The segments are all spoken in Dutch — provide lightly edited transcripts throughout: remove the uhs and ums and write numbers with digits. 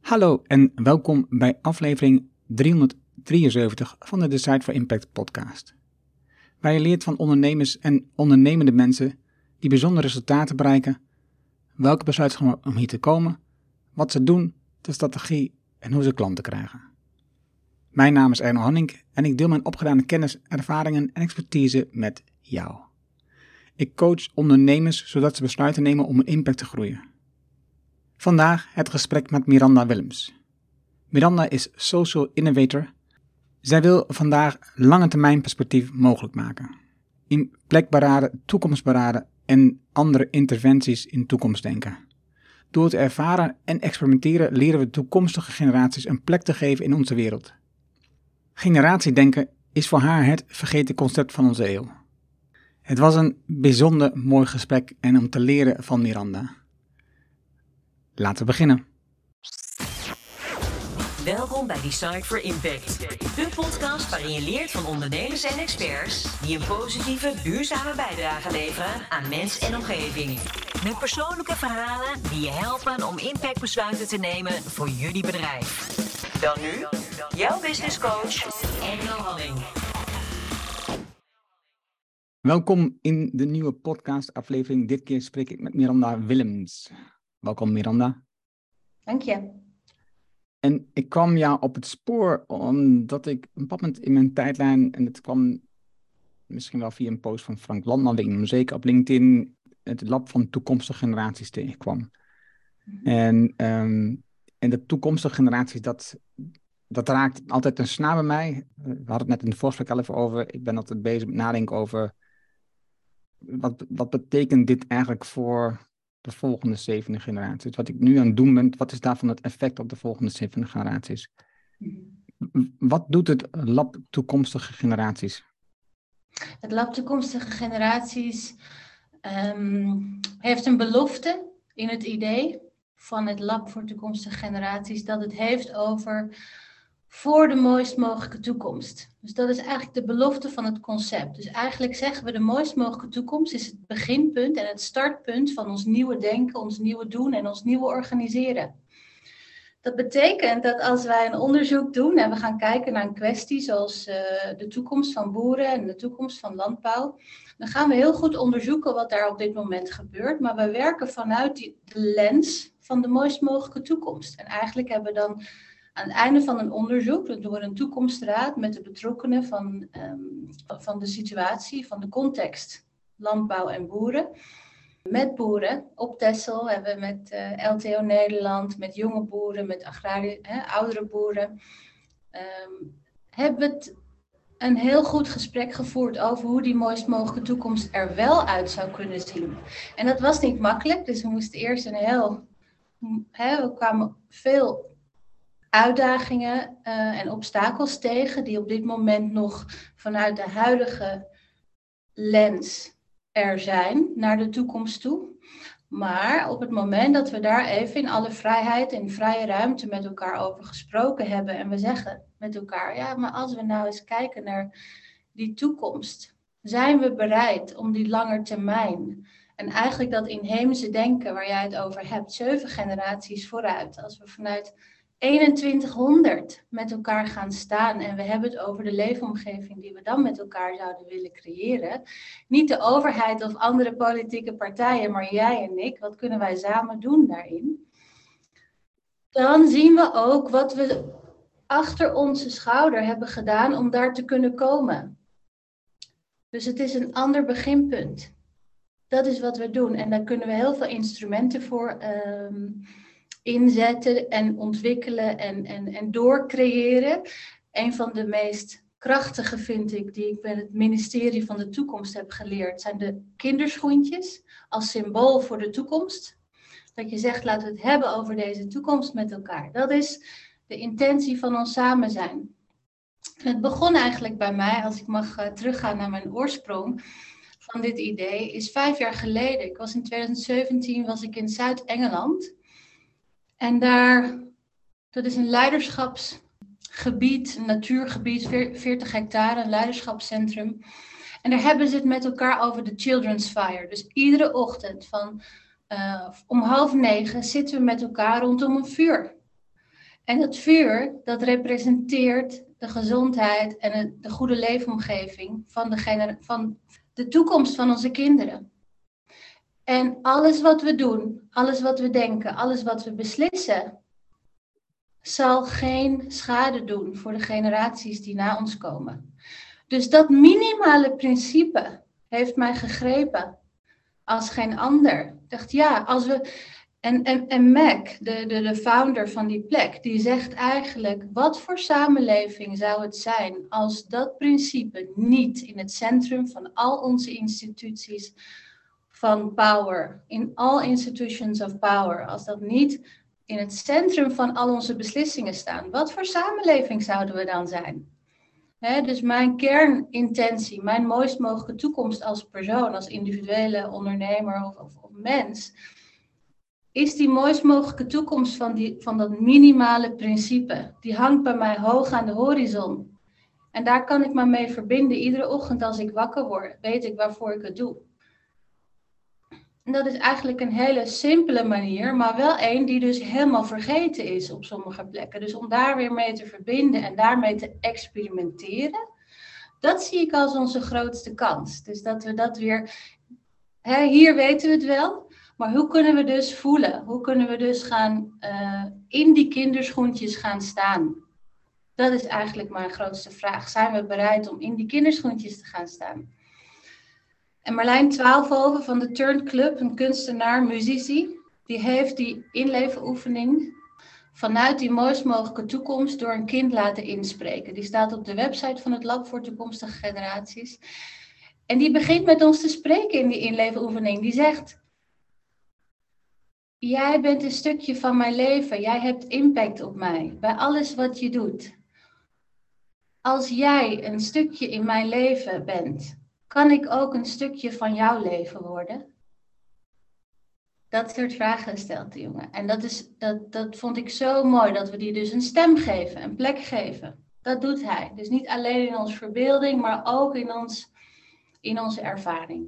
Hallo en welkom bij aflevering 373 van de Decide for Impact podcast. Waar je leert van ondernemers en ondernemende mensen die bijzondere resultaten bereiken, welke besluiten ze nemen om hier te komen, wat ze doen, de strategie en hoe ze klanten krijgen. Mijn naam is Erno Hanning en ik deel mijn opgedane kennis, ervaringen en expertise met jou. Ik coach ondernemers zodat ze besluiten nemen om een impact te groeien. Vandaag het gesprek met Miranda Willems. Miranda is Social Innovator. Zij wil vandaag lange termijn perspectief mogelijk maken. In plekberaden, toekomstberaden en andere interventies in toekomstdenken. Door te ervaren en experimenteren leren we toekomstige generaties een plek te geven in onze wereld. Generatiedenken is voor haar het vergeten concept van onze eeuw. Het was een bijzonder mooi gesprek en om te leren van Miranda. Laten we beginnen. Welkom bij Decide for Impact, de podcast waarin je leert van ondernemers en experts die een positieve, duurzame bijdrage leveren aan mens en omgeving. Met persoonlijke verhalen die je helpen om impactbesluiten te nemen voor jullie bedrijf. Dan nu, jouw business coach, Erno Hanning. Welkom in de nieuwe podcastaflevering. Dit keer spreek ik met Miranda Willems. Welkom Miranda. Dank je. En ik kwam jou op het spoor omdat ik een bepaald moment in mijn tijdlijn, en het kwam misschien wel via een post van Frank Landman, weet ik niet, maar zeker op LinkedIn, het lab van toekomstige generaties tegenkwam. En de toekomstige generaties, dat raakt altijd een snaar bij mij. We hadden het net in de voorgesprek al even over. Ik ben altijd bezig met nadenken over wat betekent dit eigenlijk voor de volgende 7 generaties. Wat ik nu aan het doen ben, wat is daarvan het effect op de volgende 7 generaties? Wat doet het lab toekomstige generaties? Het lab toekomstige generaties heeft een belofte in het idee van het lab voor toekomstige generaties dat het heeft over voor de mooist mogelijke toekomst. Dus dat is eigenlijk de belofte van het concept. Dus eigenlijk zeggen we de mooist mogelijke toekomst is het beginpunt en het startpunt van ons nieuwe denken, ons nieuwe doen en ons nieuwe organiseren. Dat betekent dat als wij een onderzoek doen en we gaan kijken naar een kwestie zoals de toekomst van boeren en de toekomst van landbouw, dan gaan we heel goed onderzoeken wat daar op dit moment gebeurt. Maar we werken vanuit de lens van de mooist mogelijke toekomst. En eigenlijk hebben we dan aan het einde van een onderzoek, door een toekomstraad met de betrokkenen van de situatie, van de context, landbouw en boeren. Met boeren op Texel hebben we met LTO Nederland, met jonge boeren, met oudere boeren, hebben we een heel goed gesprek gevoerd over hoe die mooist mogelijke toekomst er wel uit zou kunnen zien. En dat was niet makkelijk, dus we moesten eerst we kwamen veel uitdagingen en obstakels tegen die op dit moment nog vanuit de huidige lens er zijn naar de toekomst toe. Maar op het moment dat we daar even in alle vrijheid en vrije ruimte met elkaar over gesproken hebben en we zeggen met elkaar, ja, maar als we nou eens kijken naar die toekomst, zijn we bereid om die langetermijn en eigenlijk dat inheemse denken waar jij het over hebt, 7 generaties vooruit, als we vanuit 2100 met elkaar gaan staan en we hebben het over de leefomgeving die we dan met elkaar zouden willen creëren. Niet de overheid of andere politieke partijen, maar jij en ik. Wat kunnen wij samen doen daarin? Dan zien we ook wat we achter onze schouder hebben gedaan om daar te kunnen komen. Dus het is een ander beginpunt. Dat is wat we doen en daar kunnen we heel veel instrumenten voor inzetten en ontwikkelen en doorcreëren. Een van de meest krachtige vind ik, die ik bij het ministerie van de toekomst heb geleerd, zijn de kinderschoentjes als symbool voor de toekomst. Dat je zegt, laten we het hebben over deze toekomst met elkaar. Dat is de intentie van ons samen zijn. Het begon eigenlijk bij mij, als ik mag teruggaan naar mijn oorsprong van dit idee, is 5 jaar geleden. In 2017 was ik in Zuid-Engeland. En dat is een leiderschapsgebied, een natuurgebied, 40 hectare, een leiderschapscentrum. En daar hebben ze het met elkaar over de Children's Fire. Dus iedere ochtend om 8:30 zitten we met elkaar rondom een vuur. En dat vuur, dat representeert de gezondheid en de goede leefomgeving van de toekomst van onze kinderen. En alles wat we doen, alles wat we denken, alles wat we beslissen, zal geen schade doen voor de generaties die na ons komen. Dus dat minimale principe heeft mij gegrepen als geen ander. Ik dacht, ja, als we... En Mac, de founder van die plek, die zegt eigenlijk, wat voor samenleving zou het zijn als dat principe niet in het centrum van al onze instituties van power, in all institutions of power, als dat niet in het centrum van al onze beslissingen staan, wat voor samenleving zouden we dan zijn? Dus mijn kernintentie, mijn mooist mogelijke toekomst als persoon, als individuele ondernemer of mens, is die mooist mogelijke toekomst van dat minimale principe. Die hangt bij mij hoog aan de horizon. En daar kan ik me mee verbinden. Iedere ochtend als ik wakker word, weet ik waarvoor ik het doe. En dat is eigenlijk een hele simpele manier, maar wel een die dus helemaal vergeten is op sommige plekken. Dus om daar weer mee te verbinden en daarmee te experimenteren, dat zie ik als onze grootste kans. Dus dat we dat weer, hier weten we het wel, maar hoe kunnen we dus voelen? Hoe kunnen we dus gaan in die kinderschoentjes gaan staan? Dat is eigenlijk mijn grootste vraag. Zijn we bereid om in die kinderschoentjes te gaan staan? En Marlijn Twaalfhoven van de Turn Club, een kunstenaar, muzici, die heeft die inlevenoefening vanuit die mooist mogelijke toekomst door een kind laten inspreken. Die staat op de website van het Lab voor Toekomstige Generaties. En die begint met ons te spreken in die inlevenoefening. Die zegt, jij bent een stukje van mijn leven. Jij hebt impact op mij bij alles wat je doet. Als jij een stukje in mijn leven bent, kan ik ook een stukje van jouw leven worden? Dat soort vragen stelt de jongen. En dat vond ik zo mooi, dat we die dus een stem geven, een plek geven. Dat doet hij. Dus niet alleen in onze verbeelding, maar ook in onze ervaring.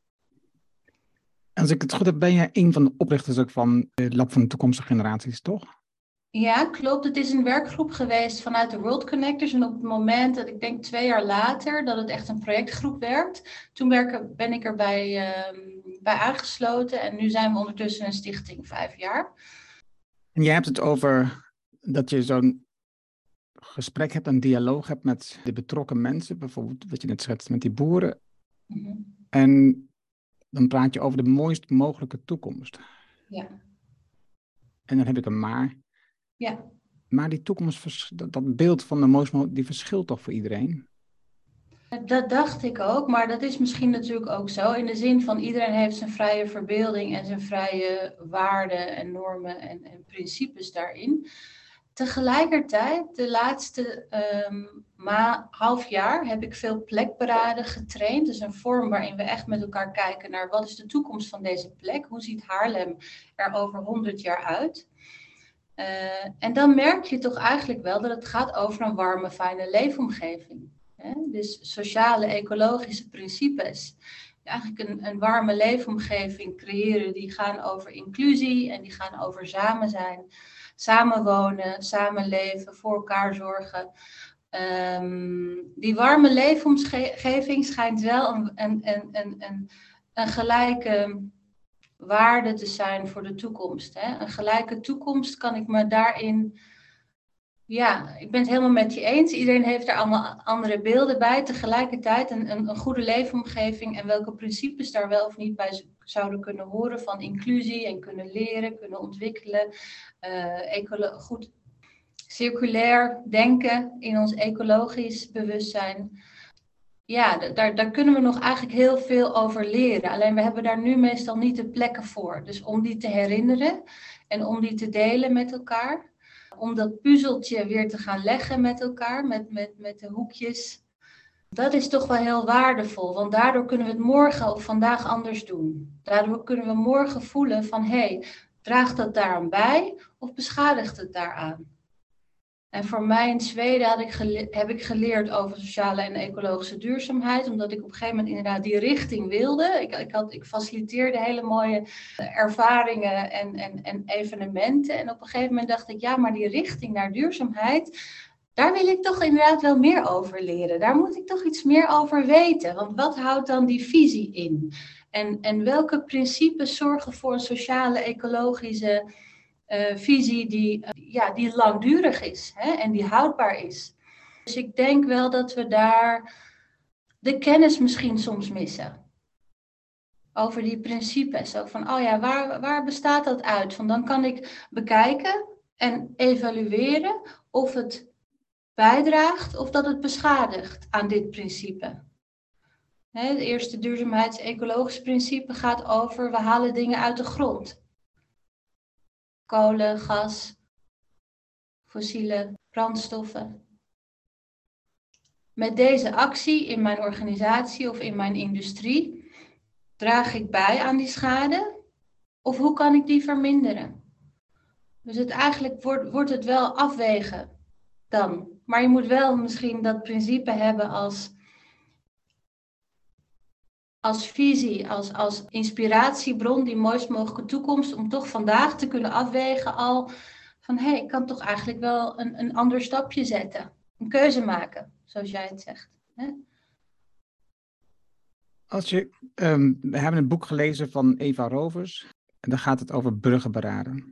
Als ik het goed heb, ben jij een van de oprichters ook van het Lab van de Toekomstige Generaties, toch? Ja, klopt. Het is een werkgroep geweest vanuit de World Connectors. En op het moment dat ik denk 2 jaar later, dat het echt een projectgroep werd, toen ben ik erbij bij aangesloten. En nu zijn we ondertussen een stichting 5 jaar. En jij hebt het over dat je zo'n gesprek hebt, een dialoog hebt met de betrokken mensen. Bijvoorbeeld wat je net schetst met die boeren. Mm-hmm. En dan praat je over de mooist mogelijke toekomst. Ja. En dan heb ik een maar. Ja. Maar die toekomst, dat beeld van de mooist mogelijke, die verschilt toch voor iedereen? Dat dacht ik ook, maar dat is misschien natuurlijk ook zo. In de zin van iedereen heeft zijn vrije verbeelding en zijn vrije waarden en normen en principes daarin. Tegelijkertijd, de laatste half jaar heb ik veel plekberaden getraind. Dus een vorm waarin we echt met elkaar kijken naar wat is de toekomst van deze plek? Hoe ziet Haarlem er over 100 jaar uit? En dan merk je toch eigenlijk wel dat het gaat over een warme, fijne leefomgeving. Dus sociale, ecologische principes. Eigenlijk een warme leefomgeving creëren die gaan over inclusie en die gaan over samen zijn. Samenwonen, samenleven, voor elkaar zorgen. Die warme leefomgeving schijnt wel een gelijke waarde te zijn voor de toekomst. Een gelijke toekomst kan ik me daarin... Ja, ik ben het helemaal met je eens. Iedereen heeft er allemaal andere beelden bij. Tegelijkertijd een goede leefomgeving en welke principes daar wel of niet bij zouden kunnen horen van inclusie en kunnen leren, kunnen ontwikkelen. Goed circulair denken in ons ecologisch bewustzijn. Ja, daar kunnen we nog eigenlijk heel veel over leren. Alleen we hebben daar nu meestal niet de plekken voor. Dus om die te herinneren en om die te delen met elkaar. Om dat puzzeltje weer te gaan leggen met elkaar, met de hoekjes. Dat is toch wel heel waardevol, want daardoor kunnen we het morgen of vandaag anders doen. Daardoor kunnen we morgen voelen van, draagt dat daaraan bij of beschadigt het daaraan? En voor mij in Zweden heb ik geleerd over sociale en ecologische duurzaamheid, omdat ik op een gegeven moment inderdaad die richting wilde. Ik faciliteerde hele mooie ervaringen en evenementen. En op een gegeven moment dacht ik, ja, maar die richting naar duurzaamheid, daar wil ik toch inderdaad wel meer over leren. Daar moet ik toch iets meer over weten. Want wat houdt dan die visie in? En welke principes zorgen voor een sociale, ecologische visie die langdurig is, hè, en die houdbaar is. Dus ik denk wel dat we daar de kennis misschien soms missen. Over die principes. Ook van, oh ja, waar bestaat dat uit? Van dan kan ik bekijken en evalueren of het bijdraagt of dat het beschadigt aan dit principe. Het eerste duurzaamheids-ecologische principe gaat over, we halen dingen uit de grond. Kolen, gas, fossiele brandstoffen. Met deze actie in mijn organisatie of in mijn industrie draag ik bij aan die schade of hoe kan ik die verminderen? Dus eigenlijk wordt het wel afwegen dan. Maar je moet wel misschien dat principe hebben als visie, als inspiratiebron, die mooist mogelijke toekomst, om toch vandaag te kunnen afwegen al van, hé, ik kan toch eigenlijk wel een ander stapje zetten. Een keuze maken, zoals jij het zegt. Hè? We hebben een boek gelezen van Eva Rovers en daar gaat het over burgerberaden.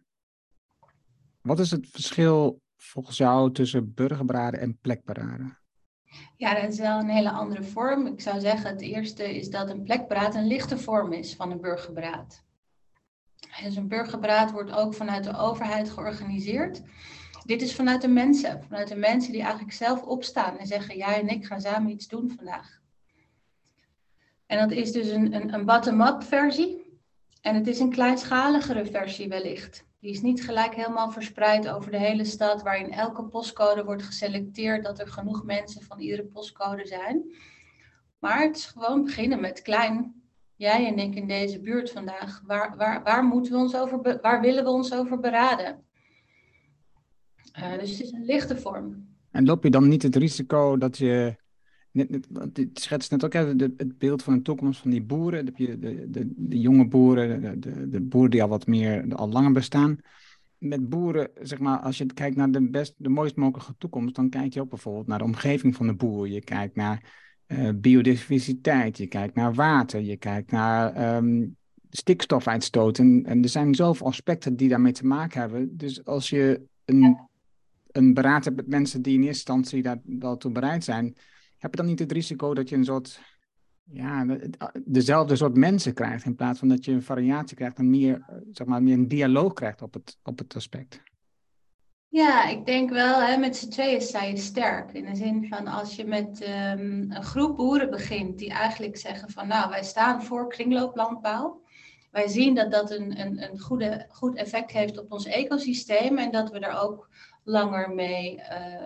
Wat is het verschil volgens jou tussen burgerberaden en plekberaden? Ja, dat is wel een hele andere vorm. Ik zou zeggen, het eerste is dat een plekberaad een lichte vorm is van een burgerberaad. Dus een burgerberaad wordt ook vanuit de overheid georganiseerd. Dit is vanuit de mensen die eigenlijk zelf opstaan en zeggen, jij en ik gaan samen iets doen vandaag. En dat is dus een bottom-up versie. En het is een kleinschaligere versie wellicht. Die is niet gelijk helemaal verspreid over de hele stad, waarin elke postcode wordt geselecteerd, dat er genoeg mensen van iedere postcode zijn. Maar het is gewoon beginnen met klein. Jij en ik in deze buurt vandaag. Waar willen we ons over beraden? Dus het is een lichte vorm. En loop je dan niet het risico dat je... Het schetst net ook het beeld van de toekomst van die boeren. Dan heb je de jonge boeren, de boeren die al wat meer, al langer bestaan. Met boeren, zeg maar, als je kijkt naar de mooist mogelijke toekomst, dan kijk je ook bijvoorbeeld naar de omgeving van de boer. Je kijkt naar biodiversiteit, je kijkt naar water, je kijkt naar stikstofuitstoot. En er zijn zoveel aspecten die daarmee te maken hebben. Dus als je een beraad hebt met mensen die in eerste instantie daartoe bereid zijn, heb je dan niet het risico dat je een soort, dezelfde soort mensen krijgt, in plaats van dat je een variatie krijgt en meer een dialoog krijgt op het aspect? Ja, ik denk wel, hè, met z'n tweeën sta je sterk. In de zin van, als je met een groep boeren begint die eigenlijk zeggen van, nou, wij staan voor kringlooplandbouw. Wij zien dat dat een goed effect heeft op ons ecosysteem en dat we er ook langer mee,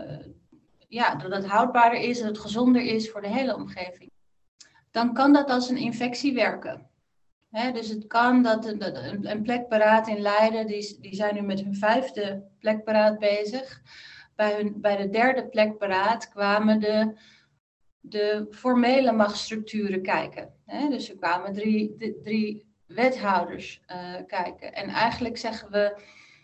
dat het houdbaarder is, dat het gezonder is voor de hele omgeving. Dan kan dat als een infectie werken. Dus het kan dat een plekberaad in Leiden, die zijn nu met hun 5e plekberaad bezig. Bij de 3e plekberaad kwamen de formele machtsstructuren kijken. Dus er kwamen drie wethouders kijken. En eigenlijk zeggen we,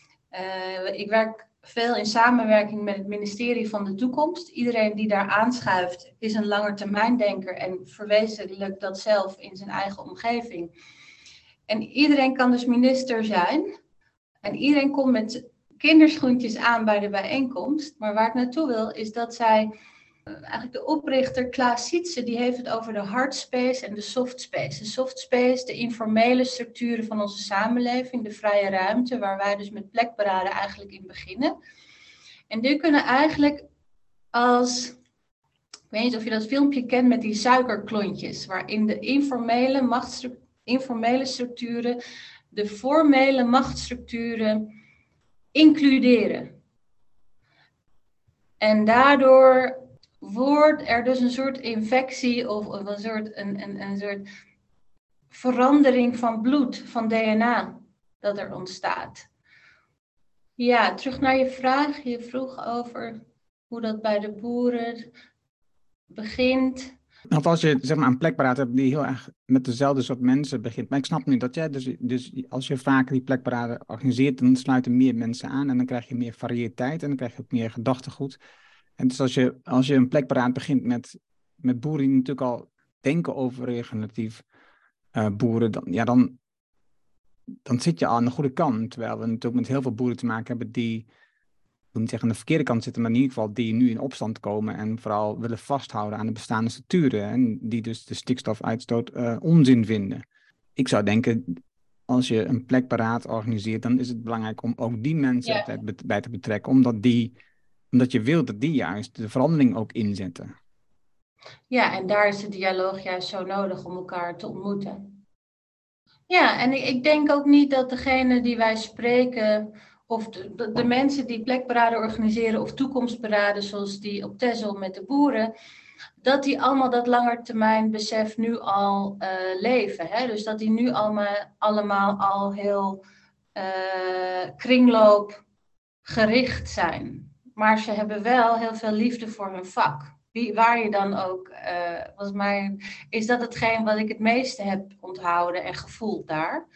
ik werk veel in samenwerking met het ministerie van de Toekomst. Iedereen die daar aanschuift is een langetermijndenker en verwezenlijkt dat zelf in zijn eigen omgeving. En iedereen kan dus minister zijn. En iedereen komt met kinderschoentjes aan bij de bijeenkomst. Maar waar ik naartoe wil is dat zij, eigenlijk de oprichter Klaas Sietse, die heeft het over de hard space en de soft space. De soft space, de informele structuren van onze samenleving, de vrije ruimte, waar wij dus met plekberaden eigenlijk in beginnen. En die kunnen eigenlijk als, ik weet niet of je dat filmpje kent met die suikerklontjes, waarin de informele structuren de formele machtsstructuren includeren. En daardoor wordt er dus een soort infectie of een soort verandering van bloed, van DNA, dat er ontstaat. Ja, terug naar je vraag. Je vroeg over hoe dat bij de boeren begint. Want als je zeg maar een plekberaad hebt die heel erg met dezelfde soort mensen begint. Maar ik snap nu dat jij, dus als je vaker die plekberaden organiseert, dan sluiten meer mensen aan en dan krijg je meer variëteit en dan krijg je ook meer gedachtegoed. En dus als je een plekberaad begint met boeren die natuurlijk al denken over regeneratief boeren, dan zit je al aan de goede kant. Terwijl we natuurlijk met heel veel boeren te maken hebben die, ik wil niet zeggen aan de verkeerde kant zitten, maar in ieder geval die nu in opstand komen en vooral willen vasthouden aan de bestaande structuren. En die dus de stikstofuitstoot onzin vinden. Ik zou denken, als je een plekberaad organiseert, dan is het belangrijk om ook die mensen bij te betrekken. Omdat je wilt dat die juist de verandering ook inzetten. Ja, en daar is de dialoog juist zo nodig om elkaar te ontmoeten. Ja, en ik denk ook niet dat degene die wij spreken, of de mensen die plekberaden organiseren of toekomstberaden, zoals die op Texel met de boeren, dat die allemaal dat langetermijnbesef nu al leven. Hè? Dus dat die nu allemaal al heel kringloopgericht zijn. Maar ze hebben wel heel veel liefde voor hun vak. Waar je dan ook, is dat hetgeen wat ik het meeste heb onthouden en gevoeld daar.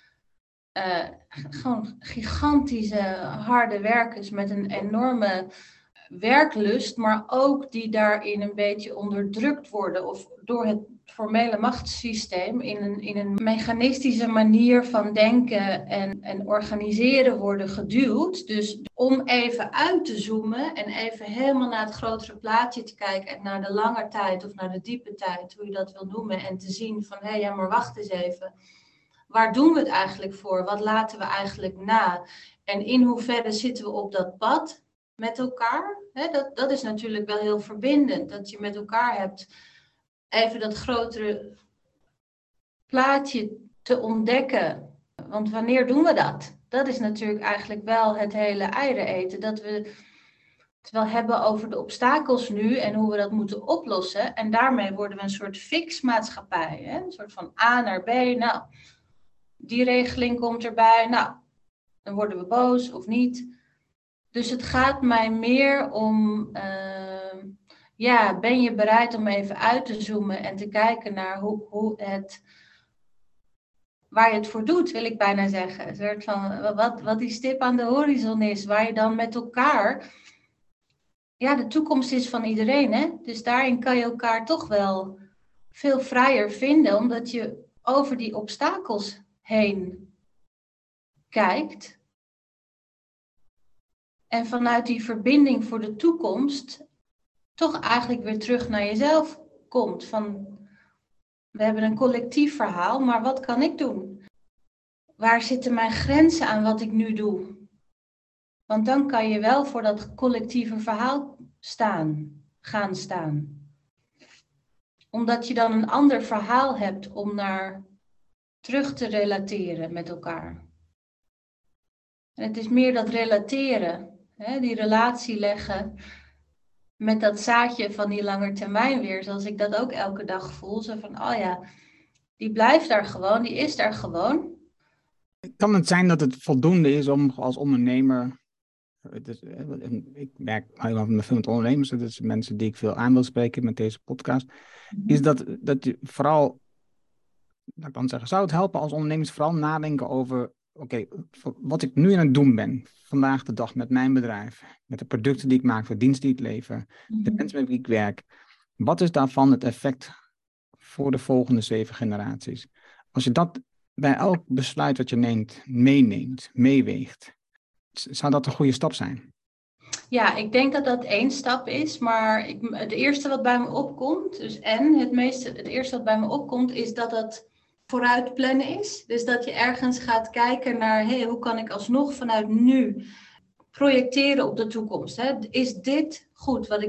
Gewoon gigantische harde werkers met een enorme werklust, maar ook die daarin een beetje onderdrukt worden of door het formele machtssysteem in een mechanistische manier van denken en organiseren worden geduwd. Dus om even uit te zoomen en even helemaal naar het grotere plaatje te kijken en naar de lange tijd of naar de diepe tijd, hoe je dat wil noemen, en te zien van ja, maar wacht eens even. Waar doen we het eigenlijk voor? Wat laten we eigenlijk na? En in hoeverre zitten we op dat pad met elkaar? Dat is natuurlijk wel heel verbindend. Dat je met elkaar hebt even dat grotere plaatje te ontdekken. Want wanneer doen we dat? Dat is natuurlijk eigenlijk wel het hele eieren eten. Dat we het wel hebben over de obstakels nu en hoe we dat moeten oplossen. En daarmee worden we een soort fixmaatschappij. Een soort van A naar B. Nou, die regeling komt erbij. Nou, dan worden we boos of niet. Dus het gaat mij meer om, ben je bereid om even uit te zoomen en te kijken naar waar je het voor doet, wil ik bijna zeggen. Een soort van, wat die stip aan de horizon is, waar je dan met elkaar, de toekomst is van iedereen, hè? Dus daarin kan je elkaar toch wel veel vrijer vinden, omdat je over die obstakels heen kijkt. En vanuit die verbinding voor de toekomst toch eigenlijk weer terug naar jezelf komt. Van, we hebben een collectief verhaal, maar wat kan ik doen? Waar zitten mijn grenzen aan wat ik nu doe? Want dan kan je wel voor dat collectieve verhaal gaan staan. Omdat je dan een ander verhaal hebt om naar terug te relateren met elkaar. En het is meer dat relateren. Die relatie leggen met dat zaadje van die langetermijn weer, zoals ik dat ook elke dag voel. Zo van, die blijft daar gewoon, die is daar gewoon. Kan het zijn dat het voldoende is om als ondernemer, ik werk heel veel met ondernemers, dat zijn mensen die ik veel aan wil spreken met deze podcast, is dat je vooral, ik kan zeggen, zou het helpen als ondernemers vooral nadenken over wat ik nu aan het doen ben, vandaag de dag met mijn bedrijf, met de producten die ik maak, de diensten die ik lever, de mensen met wie ik werk. Wat is daarvan het effect voor de volgende 7 generaties? Als je dat bij elk besluit wat je neemt, meeweegt, zou dat een goede stap zijn? Ja, ik denk dat dat 1 stap is, maar het eerste wat bij me opkomt, het eerste wat bij me opkomt, is dat het vooruit plannen is. Dus dat je ergens gaat kijken naar, hoe kan ik alsnog vanuit nu projecteren op de toekomst? Hè? Is dit goed wat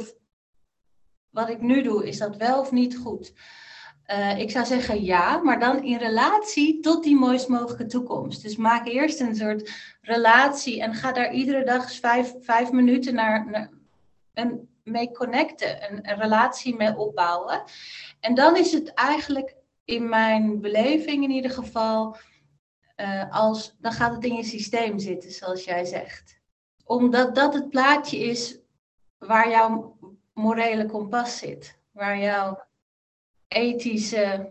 ik nu doe? Is dat wel of niet goed? Ik zou zeggen ja, maar dan in relatie tot die mooist mogelijke toekomst. Dus maak eerst een soort relatie en ga daar iedere dag 5 minuten naar mee connecten, een relatie mee opbouwen. En dan is het eigenlijk in mijn beleving in ieder geval dan gaat het in je systeem zitten, zoals jij zegt. Omdat dat het plaatje is waar jouw morele kompas zit. Waar jouw ethische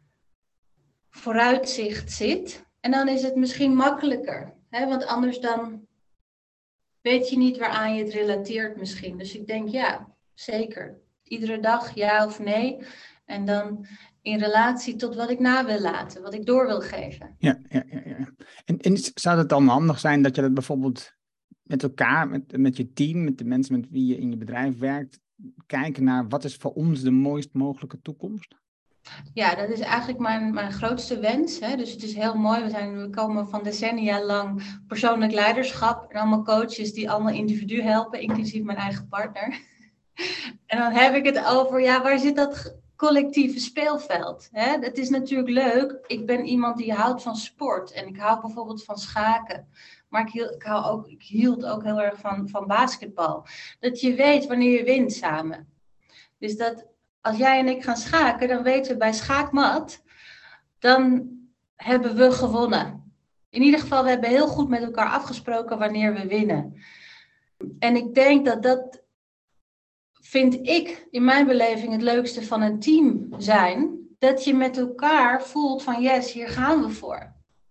vooruitzicht zit. En dan is het misschien makkelijker. Hè? Want anders dan weet je niet waaraan je het relateert misschien. Dus ik denk ja, zeker. Iedere dag ja of nee. En dan in relatie tot wat ik na wil laten. Wat ik door wil geven. Ja. En zou het dan handig zijn dat je dat bijvoorbeeld met elkaar, met je team, met de mensen met wie je in je bedrijf werkt, kijken naar wat is voor ons de mooist mogelijke toekomst? Ja, dat is eigenlijk mijn grootste wens. Hè? Dus het is heel mooi. We komen van decennia lang persoonlijk leiderschap. En allemaal coaches die allemaal individu helpen, inclusief mijn eigen partner. En dan heb ik het over, ja, waar zit dat collectieve speelveld? Hè? Het is natuurlijk leuk. Ik ben iemand die houdt van sport. En ik hou bijvoorbeeld van schaken. Maar ik hield ook heel erg van basketbal. Dat je weet wanneer je wint samen. Dus dat als jij en ik gaan schaken, dan weten we bij schaakmat, dan hebben we gewonnen. In ieder geval, we hebben heel goed met elkaar afgesproken wanneer we winnen. En ik denk dat vind ik in mijn beleving het leukste van een team zijn. Dat je met elkaar voelt van yes, hier gaan we voor.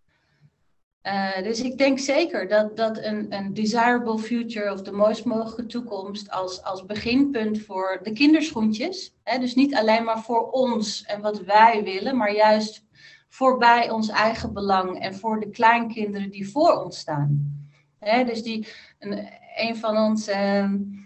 Dus ik denk zeker dat een desirable future of de mooist mogelijke toekomst als beginpunt voor de kinderschoentjes. Hè, dus niet alleen maar voor ons en wat wij willen, maar juist voorbij ons eigen belang en voor de kleinkinderen die voor ons staan. Hè, dus een van onze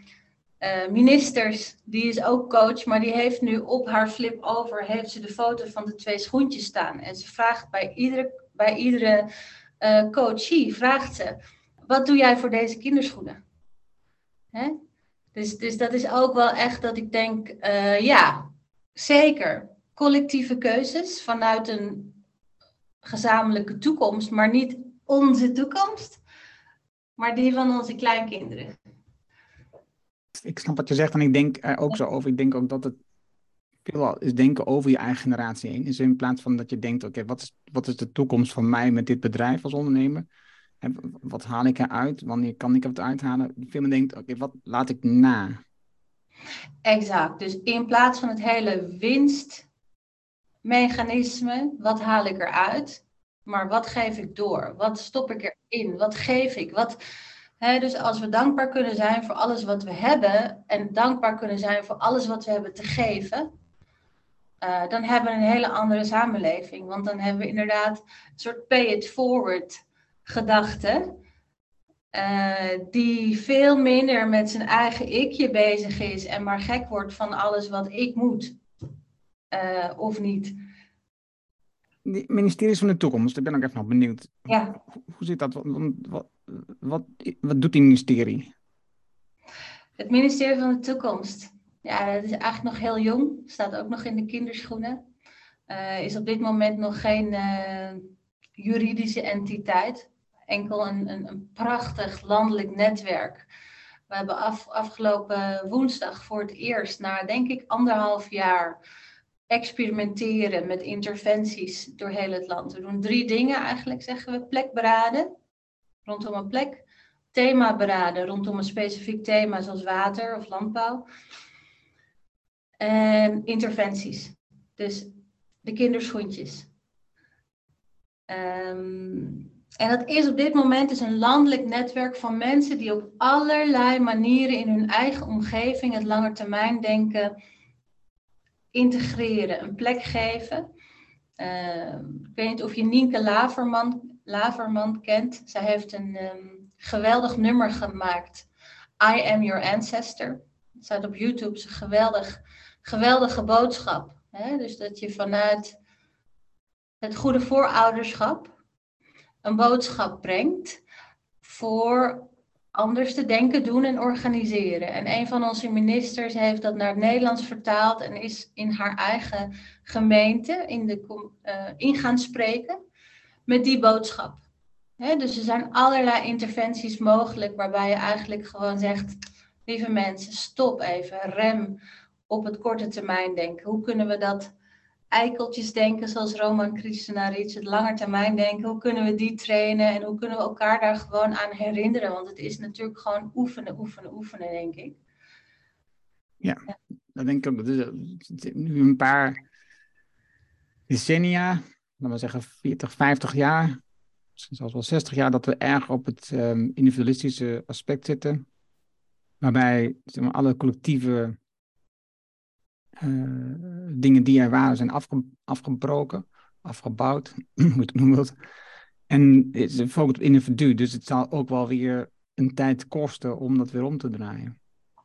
ministers, die is ook coach, maar die heeft nu op haar flip over, heeft ze de foto van de 2 schoentjes staan. En ze vraagt bij iedere coachie, vraagt ze, wat doe jij voor deze kinderschoenen? Hè? Dus dat is ook wel echt dat ik denk, ja, zeker. Collectieve keuzes vanuit een gezamenlijke toekomst, maar niet onze toekomst, maar die van onze kleinkinderen. Ik snap wat je zegt en ik denk er ook zo over. Ik denk ook dat het veel is denken over je eigen generatie heen. Dus in plaats van dat je denkt, oké, wat is de toekomst van mij met dit bedrijf als ondernemer? En wat haal ik eruit? Wanneer kan ik het uithalen? Veel meer denkt, oké, wat laat ik na? Exact. Dus in plaats van het hele winstmechanisme, wat haal ik eruit? Maar wat geef ik door? Wat stop ik erin? Wat geef ik? Dus als we dankbaar kunnen zijn voor alles wat we hebben en dankbaar kunnen zijn voor alles wat we hebben te geven, dan hebben we een hele andere samenleving. Want dan hebben we inderdaad een soort pay it forward gedachte, die veel minder met zijn eigen ikje bezig is en maar gek wordt van alles wat ik moet of niet. Die ministeries van de toekomst, ik ben ook even nog benieuwd. Ja. Hoe zit dat? Wat doet die ministerie? Het ministerie van de toekomst. Ja, dat is eigenlijk nog heel jong. Staat ook nog in de kinderschoenen. Is op dit moment nog geen juridische entiteit. Enkel een prachtig landelijk netwerk. We hebben afgelopen woensdag voor het eerst, na denk ik 1,5 jaar, experimenteren met interventies door heel het land. We doen 3 dingen eigenlijk, zeggen we. Plekberaden, rondom een plek. Themaberaden, rondom een specifiek thema, zoals water of landbouw. En interventies. Dus de kinderschoentjes. En dat is op dit moment dus een landelijk netwerk van mensen die op allerlei manieren in hun eigen omgeving het langetermijndenken integreren, een plek geven. Ik weet niet of je Nienke Laverman kent. Zij heeft een geweldig nummer gemaakt. I am your ancestor. Het staat op YouTube. Het is een geweldige boodschap. Hè? Dus dat je vanuit het goede voorouderschap een boodschap brengt voor anders te denken, doen en organiseren. En een van onze ministers heeft dat naar het Nederlands vertaald en is in haar eigen gemeente in gaan spreken met die boodschap. Dus er zijn allerlei interventies mogelijk waarbij je eigenlijk gewoon zegt, lieve mensen, stop even, rem op het korte termijn denken. Hoe kunnen we dat eikeltjes denken, zoals Roman Krishnarit, het langetermijn denken. Hoe kunnen we die trainen en hoe kunnen we elkaar daar gewoon aan herinneren? Want het is natuurlijk gewoon oefenen, denk ik. Ja, dat denk ik ook. Dus, nu een paar decennia, laten we zeggen 40, 50 jaar, misschien zelfs wel 60 jaar, dat we erg op het individualistische aspect zitten. Waarbij zeg maar, alle collectieve dingen die er waren zijn afgebroken, afgebouwd, hoe je het noemen wilt. En het is gefocust op individu, dus het zal ook wel weer een tijd kosten om dat weer om te draaien.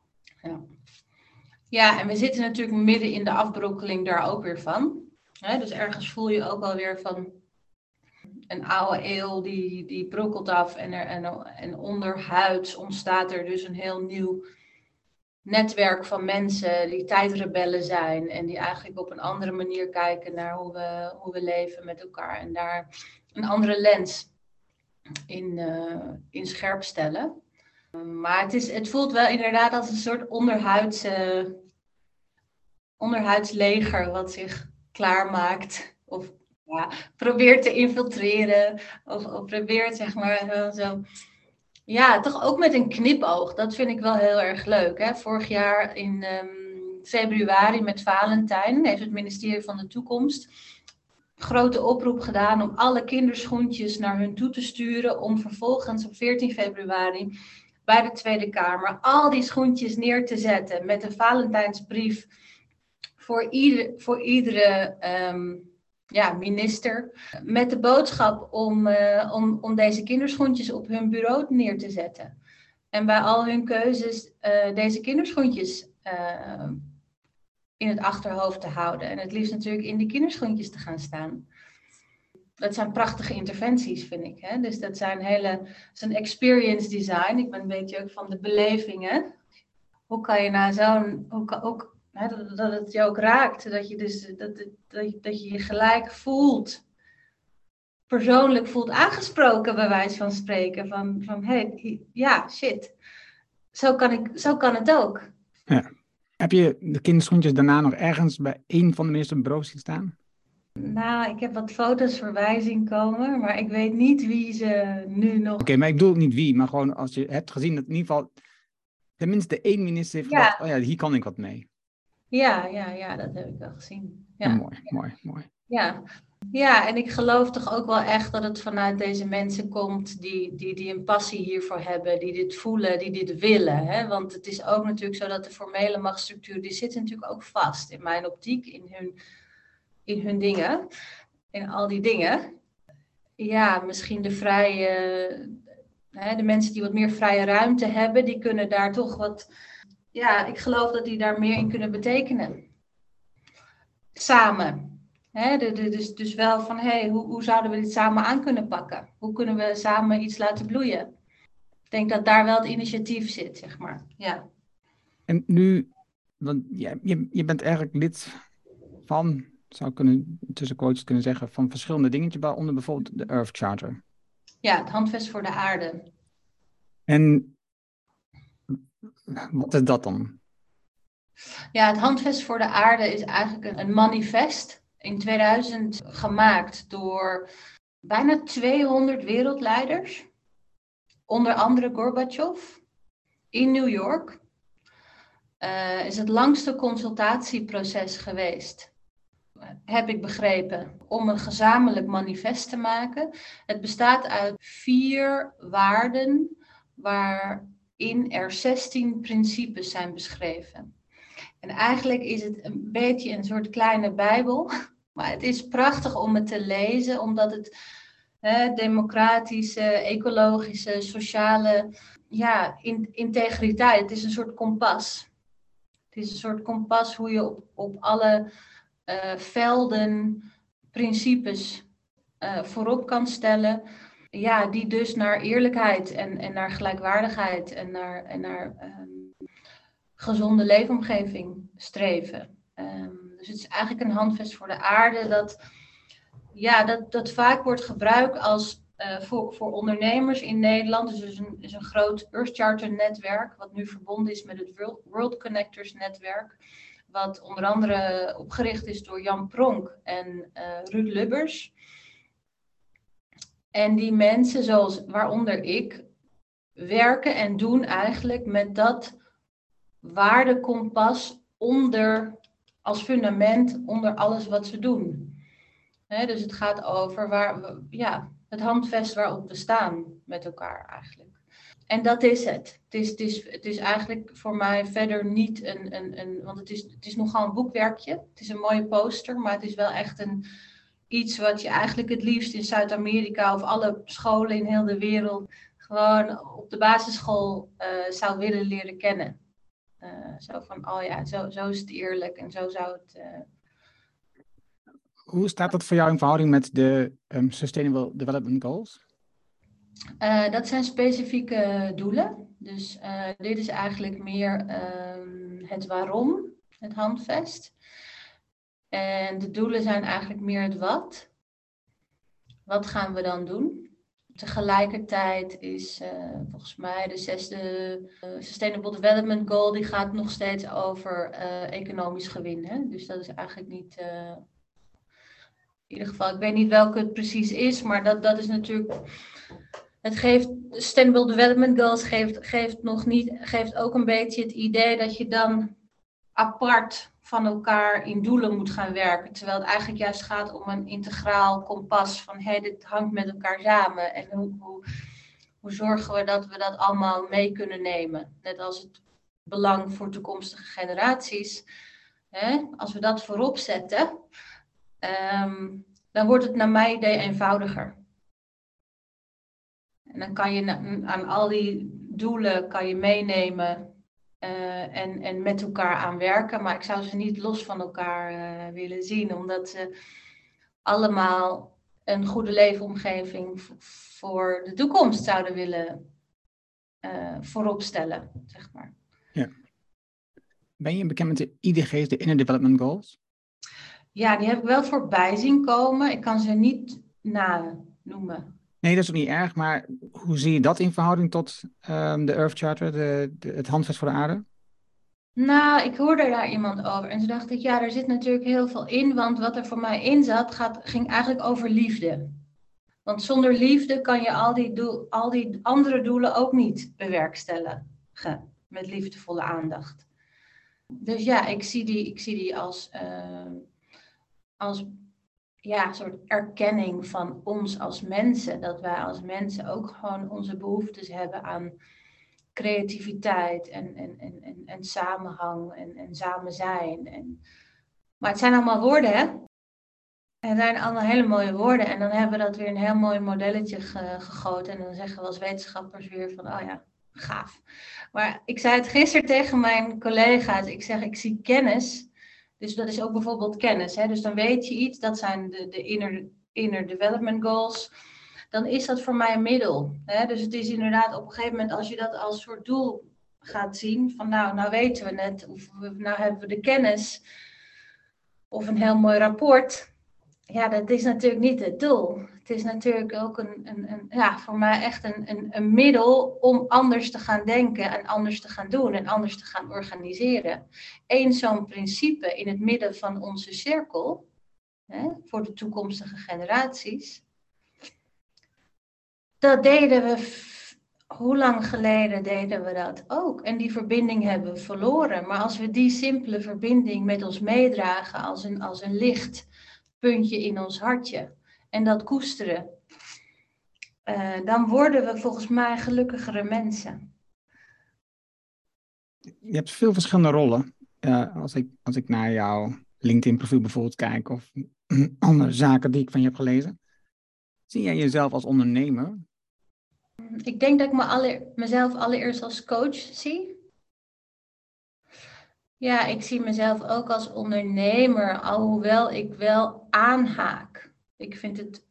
Ja, en we zitten natuurlijk midden in de afbrokkeling daar ook weer van. Dus ergens voel je ook wel weer van een oude eeuw die brokkelt af en onderhuids ontstaat er dus een heel nieuw netwerk van mensen die tijdrebellen zijn en die eigenlijk op een andere manier kijken naar hoe we leven met elkaar en daar een andere lens in scherp stellen. Maar het voelt wel inderdaad als een soort onderhuids leger wat zich klaarmaakt of probeert te infiltreren of probeert zeg maar zo. Ja, toch ook met een knipoog. Dat vind ik wel heel erg leuk. Hè? Vorig jaar in februari met Valentijn heeft het ministerie van de Toekomst grote oproep gedaan om alle kinderschoentjes naar hun toe te sturen om vervolgens op 14 februari bij de Tweede Kamer al die schoentjes neer te zetten met een Valentijnsbrief voor iedere minister. Met de boodschap om deze kinderschoentjes op hun bureau neer te zetten. En bij al hun keuzes deze kinderschoentjes in het achterhoofd te houden. En het liefst natuurlijk in die kinderschoentjes te gaan staan. Dat zijn prachtige interventies, vind ik. Hè? Dus dat zijn zo'n experience design. Ik ben een beetje ook van de belevingen. Hoe kan je nou dat het je ook raakt. Dat je dus dat je gelijk voelt. Persoonlijk voelt aangesproken, bij wijze van spreken. Van shit. Zo kan het ook. Ja. Heb je de kinderschoentjes daarna nog ergens bij een van de ministers zien staan? Nou, ik heb wat foto's voorbij zien komen, maar ik weet niet wie ze nu nog... Oké, maar ik bedoel niet wie, maar gewoon als je hebt gezien dat in ieder geval tenminste één minister heeft gedacht, oh ja, hier kan ik wat mee. Ja, dat heb ik wel gezien. Ja. Mooi. Ja, en ik geloof toch ook wel echt dat het vanuit deze mensen komt die een passie hiervoor hebben, die dit voelen, die dit willen. Hè? Want het is ook natuurlijk zo dat de formele machtsstructuur, die zit natuurlijk ook vast in mijn optiek, in hun dingen, in al die dingen. Ja, misschien de mensen die wat meer vrije ruimte hebben, die kunnen daar toch wat, ik geloof dat die daar meer in kunnen betekenen. Samen. Dus wel van, hoe zouden we dit samen aan kunnen pakken? Hoe kunnen we samen iets laten bloeien? Ik denk dat daar wel het initiatief zit, zeg maar. Ja. En nu, want je bent eigenlijk lid van, zou ik tussen quotes kunnen zeggen, van verschillende dingetjes, waaronder bijvoorbeeld de Earth Charter. Ja, het Handvest voor de Aarde. En wat is dat dan? Ja, het Handvest voor de Aarde is eigenlijk een manifest in 2000 gemaakt door bijna 200 wereldleiders. Onder andere Gorbachev in New York. Is het langste consultatieproces geweest, heb ik begrepen, om een gezamenlijk manifest te maken. Het bestaat uit 4 waarden waarin er 16 principes zijn beschreven. En eigenlijk is het een beetje een soort kleine bijbel, maar het is prachtig om het te lezen, omdat het democratische, ecologische, sociale integriteit, het is een soort kompas. Het is een soort kompas hoe je op alle velden principes voorop kan stellen. Ja, die dus naar eerlijkheid en naar gelijkwaardigheid en naar gezonde leefomgeving streven. Dus het is eigenlijk een handvest voor de aarde dat vaak wordt gebruikt als voor ondernemers in Nederland. Dus er is een groot Earth Charter netwerk, wat nu verbonden is met het World Connectors netwerk, wat onder andere opgericht is door Jan Pronk en Ruud Lubbers. En die mensen, waaronder ik, werken en doen eigenlijk met dat waardekompas als fundament onder alles wat ze doen. Dus het gaat over het handvest waarop we staan met elkaar eigenlijk. En dat is het. Het is eigenlijk voor mij verder niet want het is nogal een boekwerkje. Het is een mooie poster, maar het is wel echt iets wat je eigenlijk het liefst in Zuid-Amerika of alle scholen in heel de wereld gewoon op de basisschool zou willen leren kennen. Zo van, zo is het eerlijk en zo zou het... Hoe staat dat voor jou in verhouding met de Sustainable Development Goals? Dat zijn specifieke doelen. Dus dit is eigenlijk meer het waarom, het handvest. En de doelen zijn eigenlijk meer het wat. Wat gaan we dan doen? Tegelijkertijd is volgens mij de 6e Sustainable Development Goal, die gaat nog steeds over economisch gewin. Hè? Dus dat is eigenlijk niet... in ieder geval, ik weet niet welke het precies is, maar dat is natuurlijk... Het geeft, Sustainable Development Goals geeft ook een beetje het idee dat je dan apart van elkaar in doelen moet gaan werken. Terwijl het eigenlijk juist gaat om een integraal kompas van dit hangt met elkaar samen. En hoe zorgen we dat allemaal mee kunnen nemen? Net als het belang voor toekomstige generaties. Als we dat voorop zetten, dan wordt het naar mijn idee eenvoudiger. En dan kan je aan al die doelen kan je meenemen en met elkaar aan werken. Maar ik zou ze niet los van elkaar willen zien. Omdat ze allemaal een goede leefomgeving voor de toekomst zouden willen voorop stellen, zeg maar. Ja. Ben je bekend met de IDG's, de Inner Development Goals? Ja, die heb ik wel voorbij zien komen. Ik kan ze niet noemen. Nee, dat is ook niet erg, maar hoe zie je dat in verhouding tot de Earth Charter, het handvest voor de aarde? Nou, ik hoorde daar iemand over en toen dacht ik, ja, er zit natuurlijk heel veel in, want wat er voor mij in zat, ging eigenlijk over liefde. Want zonder liefde kan je al die andere doelen ook niet bewerkstelligen met liefdevolle aandacht. Dus ja, ik zie die als een soort erkenning van ons als mensen. Dat wij als mensen ook gewoon onze behoeftes hebben aan creativiteit en samenhang en samen zijn. Maar het zijn allemaal woorden, hè? Het zijn allemaal hele mooie woorden. En dan hebben we dat weer een heel mooi modelletje gegoten. En dan zeggen we als wetenschappers weer van, oh ja, gaaf. Maar ik zei het gisteren tegen mijn collega's. Ik zeg, ik zie kennis. Dus dat is ook bijvoorbeeld kennis. Hè? Dus dan weet je iets, dat zijn de inner development goals. Dan is dat voor mij een middel. Hè? Dus het is inderdaad op een gegeven moment, als je dat als soort doel gaat zien, van nou weten we het, of nou hebben we de kennis, of een heel mooi rapport. Ja, dat is natuurlijk niet het doel. Het is natuurlijk ook voor mij echt een middel om anders te gaan denken en anders te gaan doen en anders te gaan organiseren. Eén zo'n principe in het midden van onze cirkel, voor de toekomstige generaties, dat deden we, hoe lang geleden deden we dat ook? En die verbinding hebben we verloren. Maar als we die simpele verbinding met ons meedragen als een licht puntje in ons hartje en dat koesteren, dan worden we volgens mij gelukkigere mensen. Je hebt veel verschillende rollen. Als ik naar jouw LinkedIn profiel bijvoorbeeld kijk of andere zaken die ik van je heb gelezen. Zie jij jezelf als ondernemer? Ik denk dat ik mezelf allereerst als coach zie. Ja, ik zie mezelf ook als ondernemer, alhoewel ik wel aanhaak. Ik vind het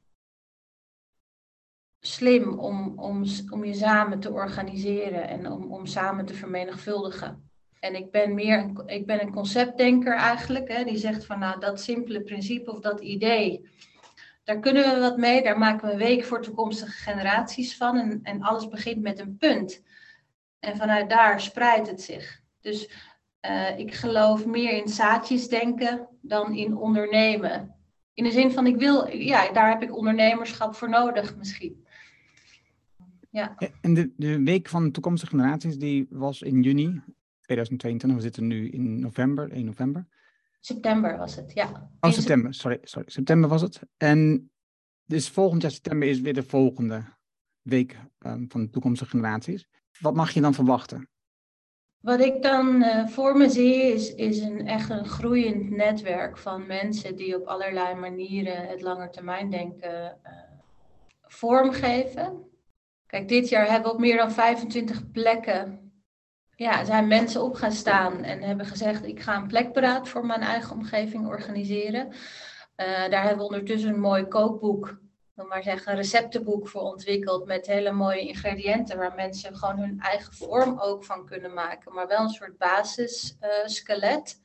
slim om je samen te organiseren en om samen te vermenigvuldigen. En ik ben een conceptdenker eigenlijk, hè, die zegt van nou dat simpele principe of dat idee, daar kunnen we wat mee, daar maken we een week voor toekomstige generaties van en alles begint met een punt. En vanuit daar spreidt het zich. Dus Ik geloof meer in zaadjes denken dan in ondernemen. In de zin van daar heb ik ondernemerschap voor nodig misschien. Ja. En de week van de toekomstige generaties, die was in juni 2022. We zitten nu in november, 1 november. September was het, ja. Oh, september, sorry. September was het. En dus volgend jaar september is weer de volgende week van de toekomstige generaties. Wat mag je dan verwachten? Wat ik dan voor me zie is echt een groeiend netwerk van mensen die op allerlei manieren het langetermijndenken vormgeven. Kijk, dit jaar hebben we op meer dan 25 plekken, zijn mensen op gaan staan en hebben gezegd, ik ga een plekberaad voor mijn eigen omgeving organiseren. Daar hebben we ondertussen een mooi kookboek, een receptenboek voor ontwikkeld met hele mooie ingrediënten waar mensen gewoon hun eigen vorm ook van kunnen maken, maar wel een soort basisskelet.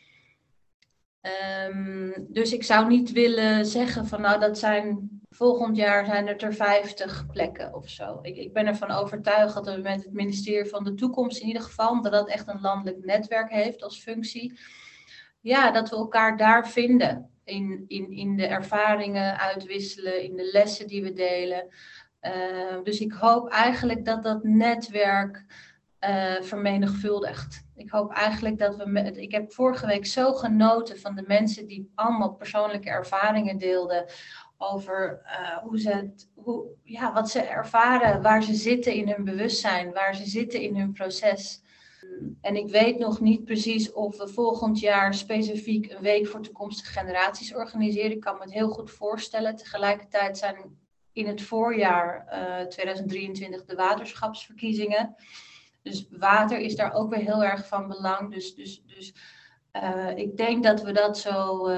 Dus ik zou niet willen zeggen van volgend jaar zijn het er 50 plekken of zo. Ik ben ervan overtuigd dat we met het ministerie van de Toekomst in ieder geval, dat echt een landelijk netwerk heeft als functie. Ja, dat we elkaar daar vinden. In de ervaringen uitwisselen, in de lessen die we delen. Dus ik hoop eigenlijk dat netwerk vermenigvuldigt. Ik hoop eigenlijk dat ik heb vorige week zo genoten van de mensen die allemaal persoonlijke ervaringen deelden over wat ze ervaren, waar ze zitten in hun bewustzijn, waar ze zitten in hun proces. En ik weet nog niet precies of we volgend jaar specifiek een week voor toekomstige generaties organiseren. Ik kan me het heel goed voorstellen. Tegelijkertijd zijn in het voorjaar 2023 de waterschapsverkiezingen. Dus water is daar ook weer heel erg van belang. Dus ik denk dat we dat zo...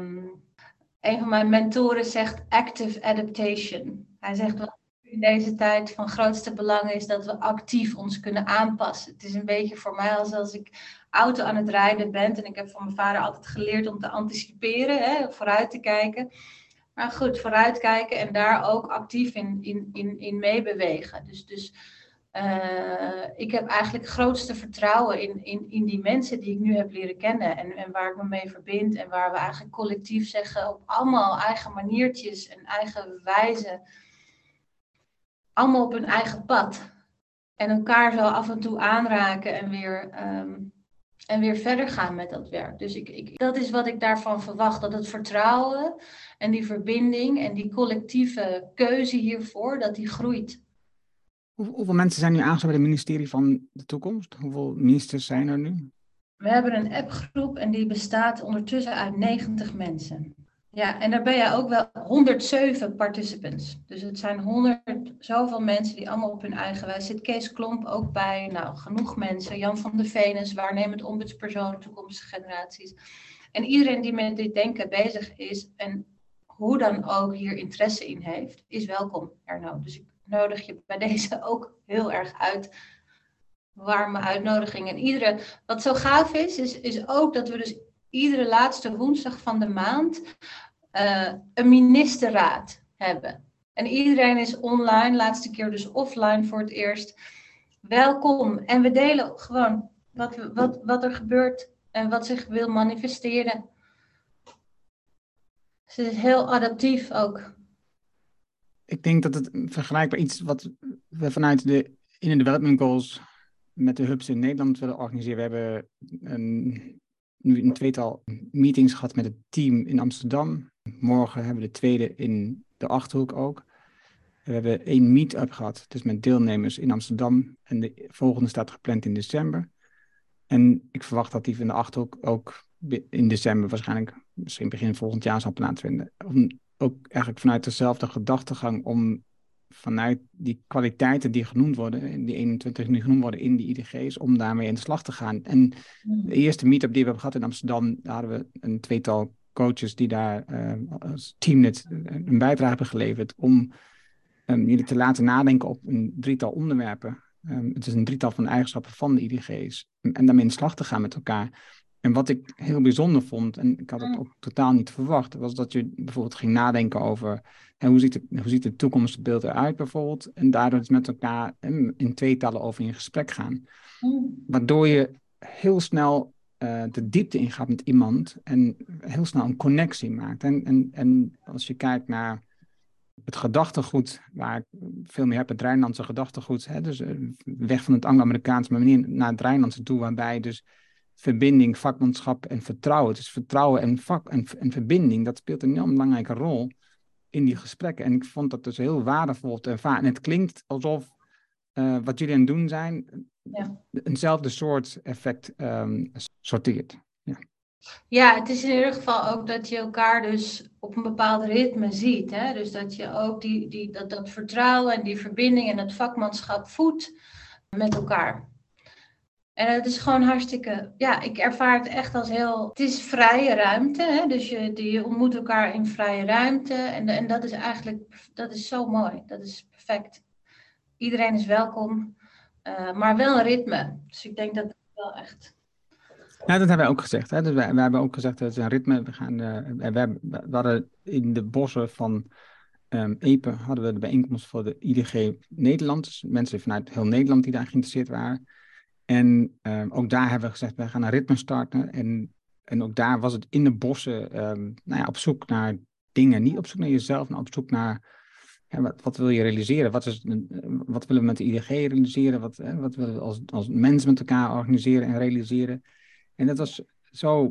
een van mijn mentoren zegt active adaptation. Hij zegt wat in deze tijd van grootste belang is dat we actief ons kunnen aanpassen. Het is een beetje voor mij als ik auto aan het rijden ben. En ik heb van mijn vader altijd geleerd om te anticiperen, vooruit te kijken. Maar goed, vooruitkijken en daar ook actief in meebewegen. Dus ik heb eigenlijk het grootste vertrouwen in die mensen die ik nu heb leren kennen. En waar ik me mee verbind. En waar we eigenlijk collectief zeggen op allemaal eigen maniertjes en eigen wijze. Allemaal op hun eigen pad. En elkaar zo af en toe aanraken en weer verder gaan met dat werk. Dus dat is wat ik daarvan verwacht. Dat het vertrouwen en die verbinding en die collectieve keuze hiervoor, dat die groeit. Hoeveel mensen zijn nu aangesloten bij het ministerie van de Toekomst? Hoeveel ministers zijn er nu? We hebben een appgroep en die bestaat ondertussen uit 90 mensen. Ja, en daar ben je ook wel 107 participants. Dus het zijn 100 zoveel mensen die allemaal op hun eigen wijze zitten. Kees Klomp ook bij, genoeg mensen. Jan van der Venus, waarnemend ombudspersoon, toekomstige generaties. En iedereen die met dit denken bezig is en hoe dan ook hier interesse in heeft, is welkom, Erno. Dus ik nodig je bij deze ook heel erg uit. Warme uitnodiging. En wat zo gaaf is ook dat we dus iedere laatste woensdag van de maand een ministerraad hebben. En iedereen is online, laatste keer dus offline voor het eerst. Welkom. En we delen gewoon wat er gebeurt en wat zich wil manifesteren. Dus het is heel adaptief ook. Ik denk dat het vergelijkbaar iets wat we vanuit de Inner Development Goals met de hubs in Nederland willen organiseren. We hebben nu een tweetal meetings gehad met het team in Amsterdam. Morgen hebben we de tweede in de Achterhoek ook. We hebben 1 meet-up gehad, dus met deelnemers in Amsterdam. En de volgende staat gepland in december. En ik verwacht dat die van de Achterhoek ook in december waarschijnlijk, misschien begin volgend jaar zal plaatsvinden. Ook eigenlijk vanuit dezelfde gedachtegang om vanuit die kwaliteiten die genoemd worden, die 21 die genoemd worden in die IDG's, om daarmee in de slag te gaan. En de eerste meet-up die we hebben gehad in Amsterdam, daar hadden we een tweetal coaches die daar als teamlid een bijdrage hebben geleverd om jullie te laten nadenken op een 3-tal onderwerpen. Het is een 3-tal van eigenschappen van de IDG's en daarmee in de slag te gaan met elkaar. En wat ik heel bijzonder vond, en ik had het ook totaal niet verwacht, was dat je bijvoorbeeld ging nadenken over hoe ziet het toekomstbeeld eruit bijvoorbeeld. En daardoor dus met elkaar in 2-tallen over in gesprek gaan. Waardoor je heel snel de diepte ingaat met iemand en heel snel een connectie maakt. En als je kijkt naar het gedachtegoed, waar ik veel meer heb, het Rijnlandse gedachtegoed, hè, dus weg van het Anglo-Amerikaanse manier naar het Rijnlandse toe, waarbij dus verbinding, vakmanschap en vertrouwen, dus vertrouwen en verbinding, dat speelt een enorm belangrijke rol in die gesprekken. En ik vond dat dus heel waardevol te ervaren. En het klinkt alsof wat jullie aan het doen zijn, eenzelfde soort effect sorteert. Ja. Ja, het is in ieder geval ook dat je elkaar dus op een bepaald ritme ziet. Hè? Dus dat je ook dat vertrouwen en die verbinding en het vakmanschap voedt met elkaar. En het is gewoon hartstikke, ja, ik ervaar het echt als het is vrije ruimte. Hè? Dus je ontmoet elkaar in vrije ruimte. En dat is eigenlijk, dat is zo mooi. Dat is perfect. Iedereen is welkom, maar wel een ritme. Dus ik denk dat het wel echt... Ja, dat hebben wij ook gezegd. Hè? Dus wij hebben ook gezegd dat het een ritme. We hadden in de bossen van Epe hadden we de bijeenkomst voor de IDG Nederland. Dus mensen vanuit heel Nederland die daar geïnteresseerd waren. En ook daar hebben we gezegd, wij gaan een ritme starten. En ook daar was het in de bossen op zoek naar dingen. Niet op zoek naar jezelf, maar op zoek naar wat wil je realiseren? Wat willen we met de IDG realiseren? Wat willen we als mens met elkaar organiseren en realiseren? En dat was zo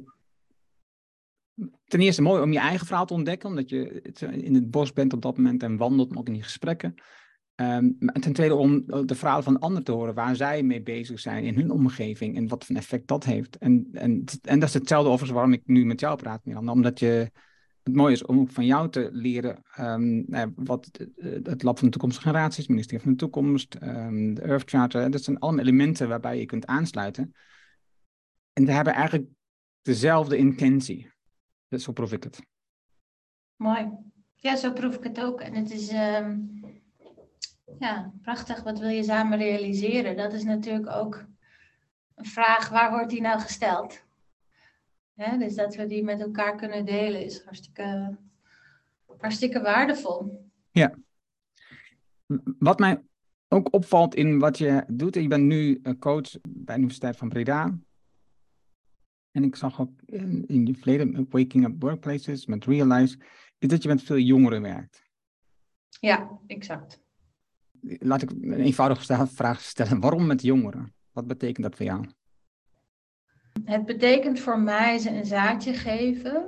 ten eerste mooi om je eigen verhaal te ontdekken, omdat je in het bos bent op dat moment en wandelt, maar ook in die gesprekken. En ten tweede om de verhalen van anderen te horen, waar zij mee bezig zijn in hun omgeving en wat voor effect dat heeft. En dat is hetzelfde overigens waarom ik nu met jou praat, Miranda, omdat het mooi is om ook van jou te leren wat het Lab van de Toekomstige Generaties, het Ministerie van de Toekomst, de Earth Charter, dat zijn allemaal elementen waarbij je kunt aansluiten. En we hebben eigenlijk dezelfde intentie. Dus zo proef ik het. Mooi. Ja, zo proef ik het ook. En het is prachtig. Wat wil je samen realiseren? Dat is natuurlijk ook een vraag. Waar wordt die nou gesteld? Dus dat we die met elkaar kunnen delen is hartstikke waardevol. Ja. Wat mij ook opvalt in wat je doet. Je bent nu coach bij de Universiteit van Breda. En ik zag ook in je verleden Waking Up Workplaces met Realize, is dat je met veel jongeren werkt. Ja, exact. Laat ik een eenvoudige vraag stellen. Waarom met jongeren? Wat betekent dat voor jou? Het betekent voor mij ze een zaadje geven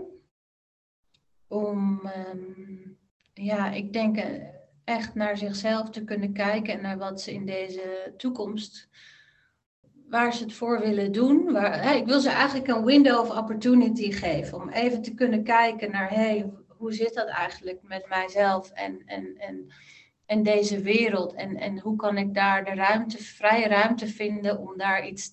om, ik denk echt naar zichzelf te kunnen kijken en naar wat ze in deze toekomst, waar ze het voor willen doen. Ik wil ze eigenlijk een window of opportunity geven om even te kunnen kijken naar, hoe zit dat eigenlijk met mijzelf en deze wereld en hoe kan ik daar de vrije ruimte vinden om daar iets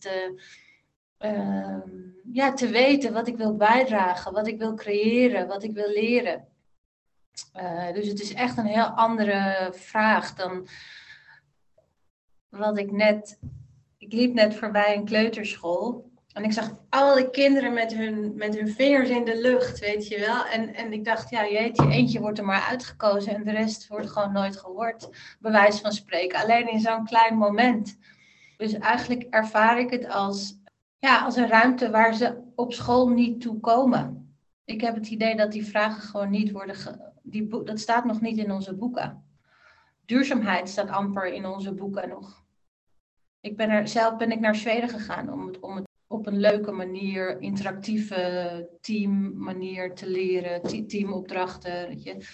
te weten wat ik wil bijdragen, wat ik wil creëren, wat ik wil leren. Dus het is echt een heel andere vraag dan wat ik liep net voorbij een kleuterschool en ik zag alle kinderen met hun vingers in de lucht, weet je wel. En ik dacht, ja jeetje, eentje wordt er maar uitgekozen en de rest wordt gewoon nooit gehoord, bij wijze van spreken. Alleen in zo'n klein moment. Dus eigenlijk ervaar ik het als een ruimte waar ze op school niet toe komen. Ik heb het idee dat die vragen gewoon niet worden... dat staat nog niet in onze boeken. Duurzaamheid staat amper in onze boeken nog. Zelf ben ik naar Zweden gegaan om het op een leuke manier, interactieve teammanier te leren. Teamopdrachten, weet je.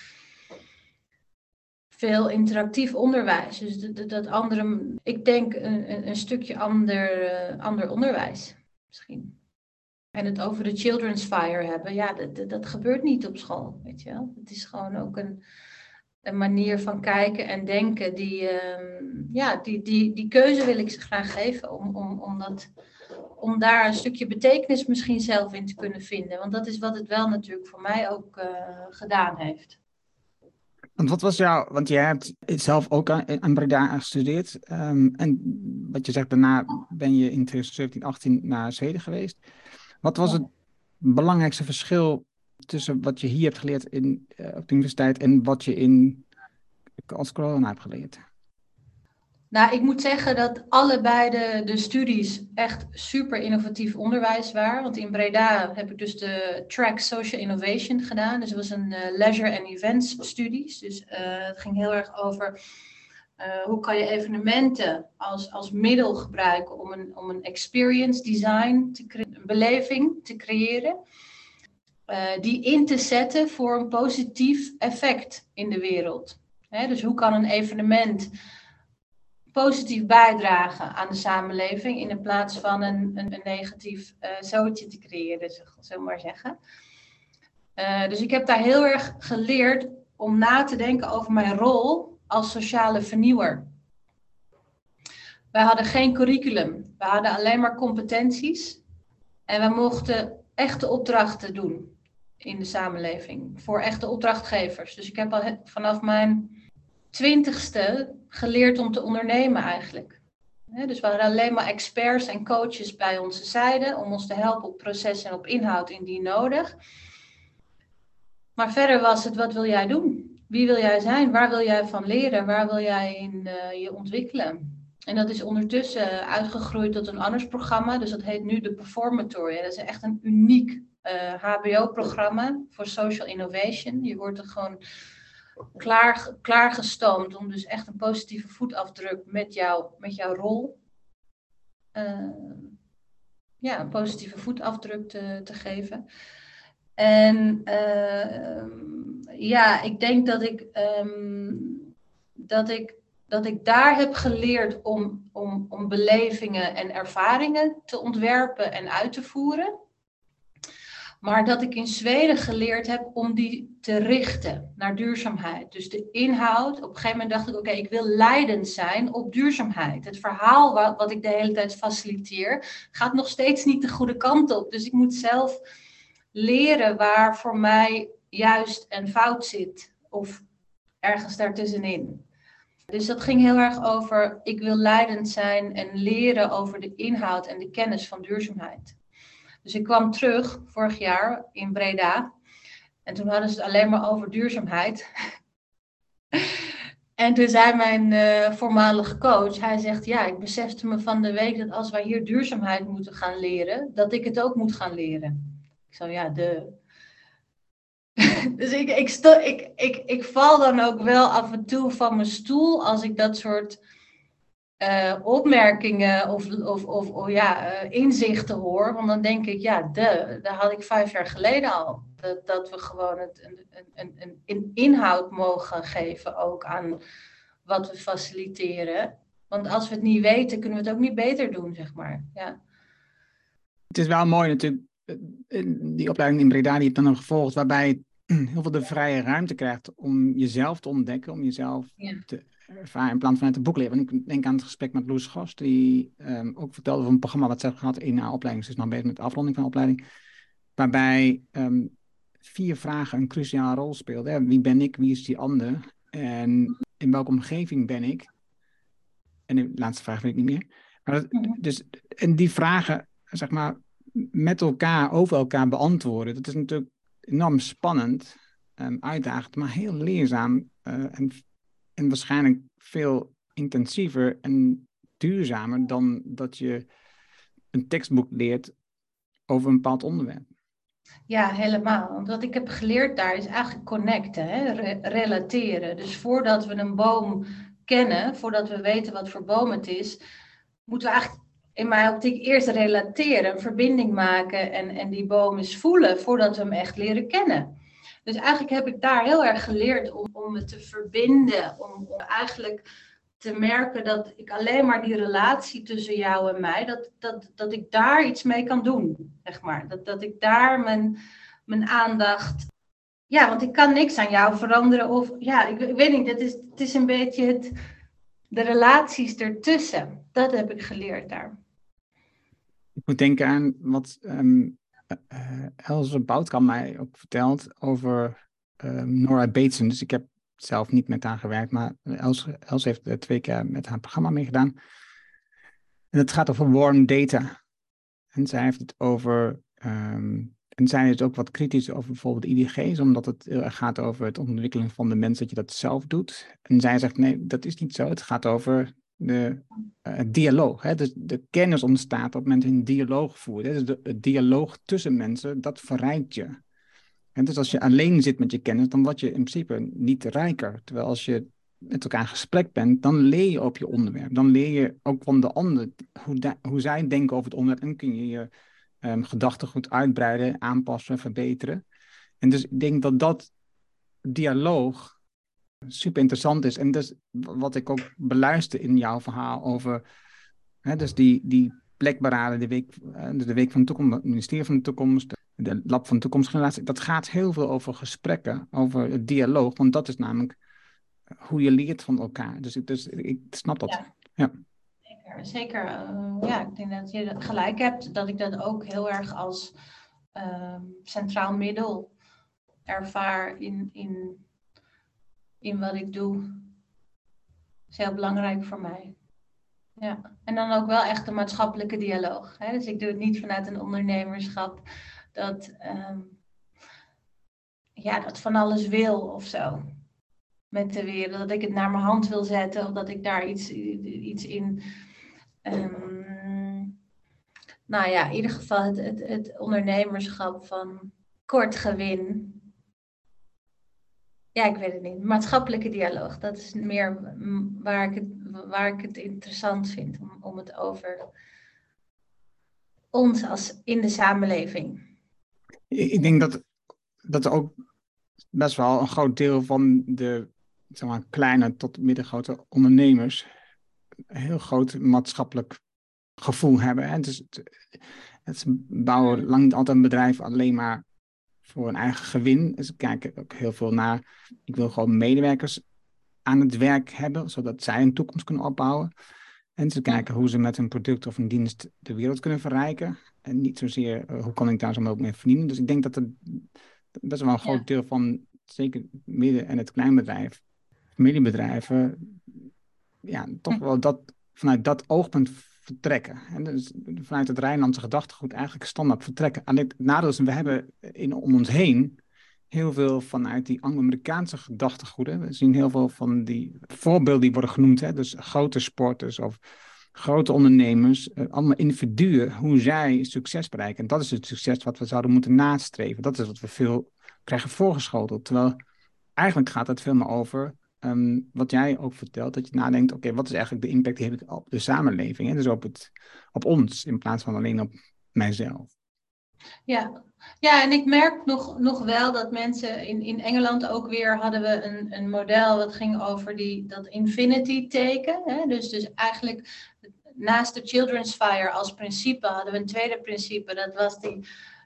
Veel interactief onderwijs. Dus dat andere, ik denk een stukje ander onderwijs misschien. En het over de Children's Fire hebben, dat gebeurt niet op school, weet je wel. Het is gewoon ook een manier van kijken en denken die keuze wil ik ze graag geven om daar een stukje betekenis misschien zelf in te kunnen vinden. Want dat is wat het wel natuurlijk voor mij ook gedaan heeft. Want jij hebt zelf ook aan Breda gestudeerd. En wat je zegt, daarna ben je in 2017, 18 naar Zweden geweest. Wat was het belangrijkste verschil tussen wat je hier hebt geleerd op de universiteit en wat je als corona hebt geleerd? Nou, ik moet zeggen dat allebei de studies echt super innovatief onderwijs waren. Want in Breda heb ik dus de track Social Innovation gedaan. Dus het was een leisure and events studies. Dus het ging heel erg over hoe kan je evenementen als middel gebruiken om een experience design, een beleving te creëren. Die in te zetten voor een positief effect in de wereld. Dus hoe kan een evenement positief bijdragen aan de samenleving in plaats van een negatief zootje te creëren, zullen we maar zeggen. Dus ik heb daar heel erg geleerd om na te denken over mijn rol als sociale vernieuwer. Wij hadden geen curriculum, we hadden alleen maar competenties en we mochten echte opdrachten doen in de samenleving voor echte opdrachtgevers. Dus ik heb al vanaf mijn 20ste geleerd om te ondernemen eigenlijk. Dus we hadden alleen maar experts en coaches bij onze zijde om ons te helpen op proces en op inhoud indien nodig. Maar verder was het, wat wil jij doen? Wie wil jij zijn? Waar wil jij van leren? Waar wil jij in je ontwikkelen? En dat is ondertussen uitgegroeid tot een anders programma. Dus dat heet nu de Performatory. Dat is echt een uniek HBO-programma voor social innovation. Je wordt er gewoon klaargestoomd om dus echt een positieve voetafdruk met jouw rol. Een positieve voetafdruk te geven. En ik denk dat ik daar heb geleerd om belevingen en ervaringen te ontwerpen en uit te voeren. Maar dat ik in Zweden geleerd heb om die te richten naar duurzaamheid. Dus de inhoud, op een gegeven moment dacht ik, oké, ik wil leidend zijn op duurzaamheid. Het verhaal wat ik de hele tijd faciliteer, gaat nog steeds niet de goede kant op. Dus ik moet zelf leren waar voor mij juist en fout zit. Of ergens daartussenin. Dus dat ging heel erg over, ik wil leidend zijn en leren over de inhoud en de kennis van duurzaamheid. Dus ik kwam terug vorig jaar in Breda. En toen hadden ze het alleen maar over duurzaamheid. En toen zei mijn voormalige coach, hij zegt, ja, ik besefte me van de week dat als wij hier duurzaamheid moeten gaan leren, dat ik het ook moet gaan leren. Ik zo, ja, Dus ik val dan ook wel af en toe van mijn stoel als ik dat soort opmerkingen of inzichten hoor. Want dan denk ik, ja, daar had ik 5 jaar geleden al. Dat we gewoon een inhoud mogen geven ook aan wat we faciliteren. Want als we het niet weten, kunnen we het ook niet beter doen, zeg maar. Ja. Het is wel mooi natuurlijk, die opleiding in Breda, die je dan nog gevolgd, waarbij je heel veel de vrije ruimte krijgt om jezelf te ontdekken, om jezelf te ervaren in plaats vanuit het boek leren. Want ik denk aan het gesprek met Loes Gost, die ook vertelde over een programma wat ze heeft gehad in haar opleiding. Ze is nog bezig met de afronding van de opleiding. Waarbij 4 vragen een cruciale rol speelden. Wie ben ik? Wie is die ander? En in welke omgeving ben ik? En de laatste vraag weet ik niet meer. Maar en die vragen, zeg maar, met elkaar, over elkaar beantwoorden, dat is natuurlijk enorm spannend, uitdagend, maar heel leerzaam en waarschijnlijk veel intensiever en duurzamer dan dat je een tekstboek leert over een bepaald onderwerp. Ja, helemaal. Want wat ik heb geleerd daar is eigenlijk connecten, relateren. Dus voordat we een boom kennen, voordat we weten wat voor boom het is, moeten we eigenlijk in mijn optiek eerst relateren, een verbinding maken en die boom eens voelen voordat we hem echt leren kennen. Dus eigenlijk heb ik daar heel erg geleerd om me te verbinden, om eigenlijk te merken dat ik alleen maar die relatie tussen jou en mij, dat ik daar iets mee kan doen, zeg maar. Dat ik daar mijn aandacht... Ja, want ik kan niks aan jou veranderen of... Ja, ik weet niet, het is een beetje de relaties ertussen. Dat heb ik geleerd daar. Ik moet denken aan wat Else Boutkamp mij ook vertelt over Nora Bateson. Dus ik heb zelf niet met haar gewerkt, maar Else heeft 2 keer met haar programma meegedaan. En het gaat over warm data. En zij heeft het over... en zij is ook wat kritisch over bijvoorbeeld IDG's, omdat het heel erg gaat over het ontwikkelen van de mens, dat je dat zelf doet. En zij zegt, nee, dat is niet zo. Het gaat over het dialoog. Hè? Dus de kennis ontstaat op het moment dat je een dialoog voert. Hè? Dus het dialoog tussen mensen, dat verrijkt je. En dus als je alleen zit met je kennis, dan word je in principe niet rijker. Terwijl als je met elkaar in gesprek bent, dan leer je op je onderwerp. Dan leer je ook van de ander hoe zij denken over het onderwerp. En kun je je gedachtegoed uitbreiden, aanpassen, verbeteren. En dus ik denk dat dialoog super interessant is. En dus wat ik ook beluister in jouw verhaal over, dus die plek beraden, dus de Week van de Toekomst, het Ministerie van de Toekomst, de Lab van de Toekomstgeneratie, dat gaat heel veel over gesprekken, over het dialoog, want dat is namelijk hoe je leert van elkaar. Dus ik snap dat. Ja. Zeker. Ja, ik denk dat je gelijk hebt, dat ik dat ook heel erg als centraal middel ervaar in wat ik doe. Dat is heel belangrijk voor mij. Ja. En dan ook wel echt een maatschappelijke dialoog. Hè? Dus ik doe het niet vanuit een ondernemerschap dat van alles wil of zo. Met de wereld, dat ik het naar mijn hand wil zetten of dat ik daar iets in. In ieder geval het ondernemerschap van kort gewin. Ja, ik weet het niet. Maatschappelijke dialoog, dat is meer waar ik het interessant vind om het over ons als in de samenleving. Ik denk dat er ook best wel een groot deel van de kleine tot middengrote ondernemers een heel groot maatschappelijk gevoel hebben. Hè? Dus ze bouwen lang niet altijd een bedrijf alleen maar voor hun eigen gewin. Ze kijken ook heel veel naar, ik wil gewoon medewerkers aan het werk hebben, zodat zij een toekomst kunnen opbouwen. En ze kijken hoe ze met hun product of een dienst de wereld kunnen verrijken. En niet zozeer, hoe kan ik daar zo mogelijk mee verdienen. Dus ik denk dat er best wel een groot deel van, zeker het midden- en het kleinbedrijf, familiebedrijven, toch wel vanuit dat oogpunt vertrekken. En dus vanuit het Rijnlandse gedachtegoed eigenlijk standaard vertrekken. Alleen het nadeel is, we hebben om ons heen heel veel vanuit die Anglo-Amerikaanse gedachtegoeden. We zien heel veel van die voorbeelden die worden genoemd. Hè? Dus grote sporters of grote ondernemers, allemaal individuen, hoe zij succes bereiken. En dat is het succes wat we zouden moeten nastreven. Dat is wat we veel krijgen voorgeschoteld. Terwijl eigenlijk gaat het veel meer over wat jij ook vertelt, dat je nadenkt, oké, wat is eigenlijk de impact die heb ik op de samenleving? Hè? Dus op ons, in plaats van alleen op mijzelf. Ja, en ik merk nog wel dat mensen in Engeland ook weer hadden we een model dat ging over dat infinity teken. Hè? Dus eigenlijk naast de Children's Fire als principe hadden we een tweede principe. Dat was die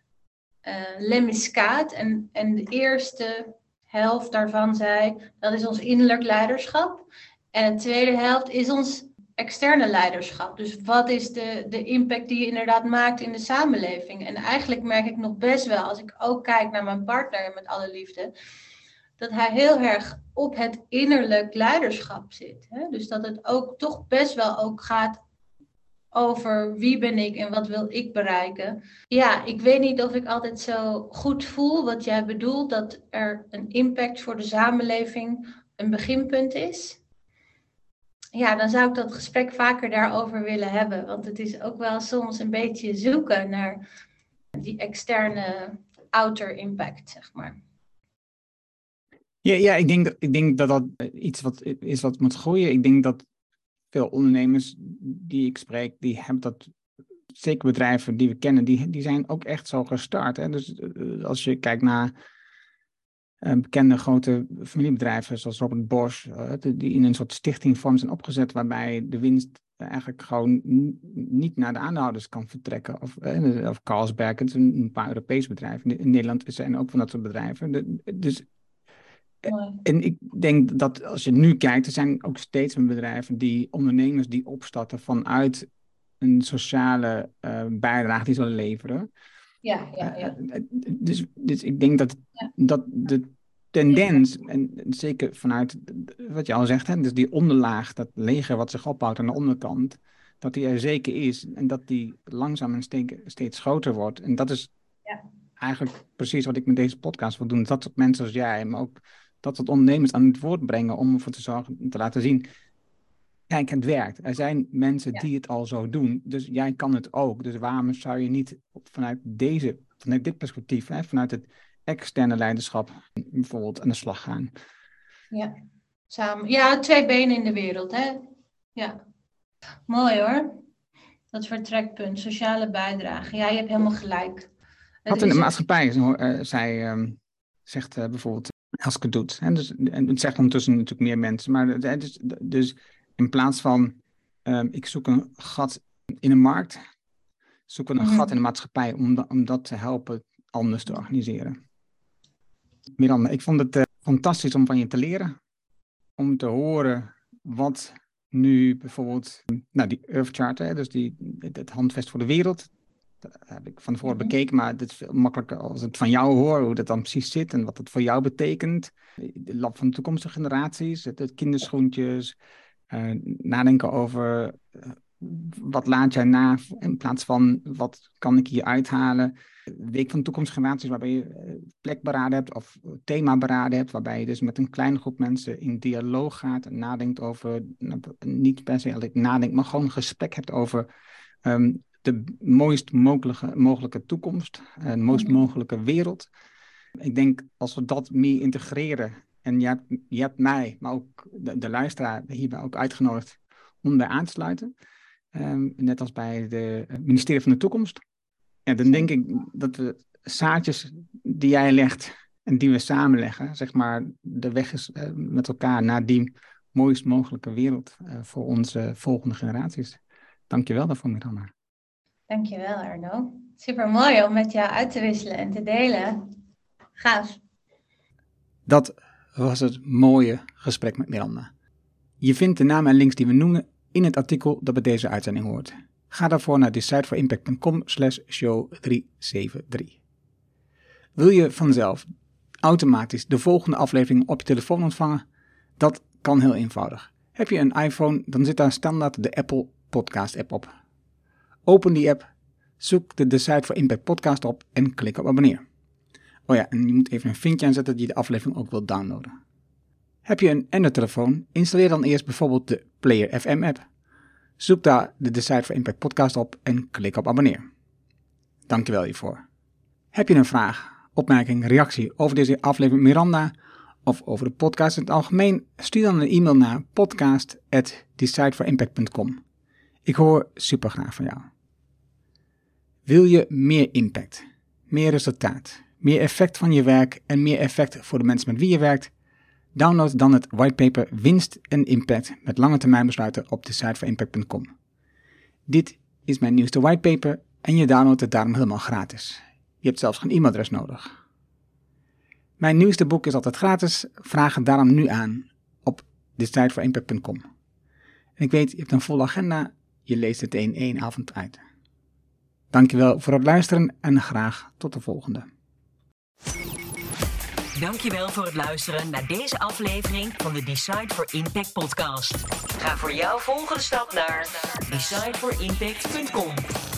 lemniscaat. En de eerste helft daarvan zei, dat is ons innerlijk leiderschap. En de tweede helft is ons externe leiderschap. Dus wat is de impact die je inderdaad maakt in de samenleving? En eigenlijk merk ik nog best wel, als ik ook kijk naar mijn partner met alle liefde, dat hij heel erg op het innerlijk leiderschap zit. Hè? Dus dat het ook toch best wel ook gaat over wie ben ik en wat wil ik bereiken. Ja, ik weet niet of ik altijd zo goed voel wat jij bedoelt, dat er een impact voor de samenleving een beginpunt is. Ja, dan zou ik dat gesprek vaker daarover willen hebben. Want het is ook wel soms een beetje zoeken naar die externe outer impact, zeg maar. Ja, ik denk dat iets wat moet groeien. Ik denk dat veel ondernemers die ik spreek, die hebben dat, zeker bedrijven die we kennen, die zijn ook echt zo gestart. Hè? Dus als je kijkt naar bekende grote familiebedrijven zoals Robert Bosch, die in een soort stichtingvorm zijn opgezet, waarbij de winst eigenlijk gewoon niet naar de aandeelhouders kan vertrekken. Of Carlsberg, het is een paar Europese bedrijven. In Nederland zijn ook van dat soort bedrijven. En ik denk dat als je nu kijkt, er zijn ook steeds meer bedrijven ondernemers die opstarten vanuit een sociale bijdrage die ze leveren. Ja. Dus ik denk dat de tendens, en zeker vanuit wat je al zegt, hè, dus die onderlaag, dat leger wat zich opbouwt aan de onderkant, dat die er zeker is en dat die langzaam en steeds groter wordt. En dat is eigenlijk precies wat ik met deze podcast wil doen. Dat soort mensen als jij, maar ook dat soort ondernemers aan het woord brengen om ervoor te zorgen, te laten zien. kijk, het werkt. Er zijn mensen die het al zo doen, dus jij kan het ook. Dus waarom zou je niet vanuit dit perspectief, vanuit het externe leiderschap, bijvoorbeeld aan de slag gaan? Ja, samen. Ja, 2 benen in de wereld, hè? Ja, mooi hoor. Dat vertrekpunt, sociale bijdrage. Ja, je hebt helemaal gelijk. Wat in de maatschappij zegt bijvoorbeeld Elske Doet. En het zegt ondertussen natuurlijk meer mensen. Maar dus in plaats van ik zoek een gat in de markt, zoeken we een gat in de maatschappij om dat te helpen anders te organiseren. Miranda, ik vond het fantastisch om van je te leren. Om te horen wat nu bijvoorbeeld, die Earth Charter, dus het handvest voor de wereld. Dat heb ik van tevoren bekeken, maar het is veel makkelijker als ik het van jou hoor, hoe dat dan precies zit en wat het voor jou betekent. De lab van de toekomstige generaties, het kinderschoentjes, nadenken over wat laat jij na in plaats van wat kan ik hier uithalen. Week van de toekomstige generaties waarbij je plek beraden hebt of thema beraden hebt, waarbij je dus met een kleine groep mensen in dialoog gaat en nadenkt over, niet per se nadenkt, maar gewoon een gesprek hebt over de mooist mogelijke toekomst, de mooist mogelijke wereld. Ik denk als we dat meer integreren, en je hebt mij, maar ook de luisteraar hierbij ook uitgenodigd om bij aan te sluiten. Net als bij het ministerie van de Toekomst. Ja, dan denk ik dat we zaadjes die jij legt en die we samenleggen, zeg maar, de weg is met elkaar naar die mooist mogelijke wereld voor onze volgende generaties. Dank je wel daarvoor, Miranda. Dank je wel, Arno. Super mooi om met jou uit te wisselen en te delen. Gaaf. Dat was het mooie gesprek met Miranda. Je vindt de namen en links die we noemen in het artikel dat bij deze uitzending hoort. Ga daarvoor naar decideforimpact.com/show 373. Wil je vanzelf automatisch de volgende aflevering op je telefoon ontvangen? Dat kan heel eenvoudig. Heb je een iPhone, dan zit daar standaard de Apple Podcast app op. Open die app, zoek de Decide for Impact podcast op en klik op abonneer. Oh ja, en je moet even een vinkje aanzetten dat je de aflevering ook wilt downloaden. Heb je een Android-telefoon, installeer dan eerst bijvoorbeeld de Player FM app. Zoek daar de Decide for Impact podcast op en klik op abonneer. Dankjewel hiervoor. Heb je een vraag, opmerking, reactie over deze aflevering Miranda of over de podcast in het algemeen? Stuur dan een e-mail naar podcast@decideforimpact.com. Ik hoor super graag van jou. Wil je meer impact, meer resultaat, meer effect van je werk en meer effect voor de mensen met wie je werkt? Download dan het whitepaper Winst en Impact met lange termijn besluiten op decideforimpact.com. Dit is mijn nieuwste whitepaper en je downloadt het daarom helemaal gratis. Je hebt zelfs geen e-mailadres nodig. Mijn nieuwste boek is altijd gratis, vraag het daarom nu aan op decideforimpact.com. En ik weet, je hebt een volle agenda, je leest het in 1 avond uit. Dankjewel voor het luisteren en graag tot de volgende. Dankjewel voor het luisteren naar deze aflevering van de Decide for Impact podcast. Ga voor jouw volgende stap naar decideforimpact.com.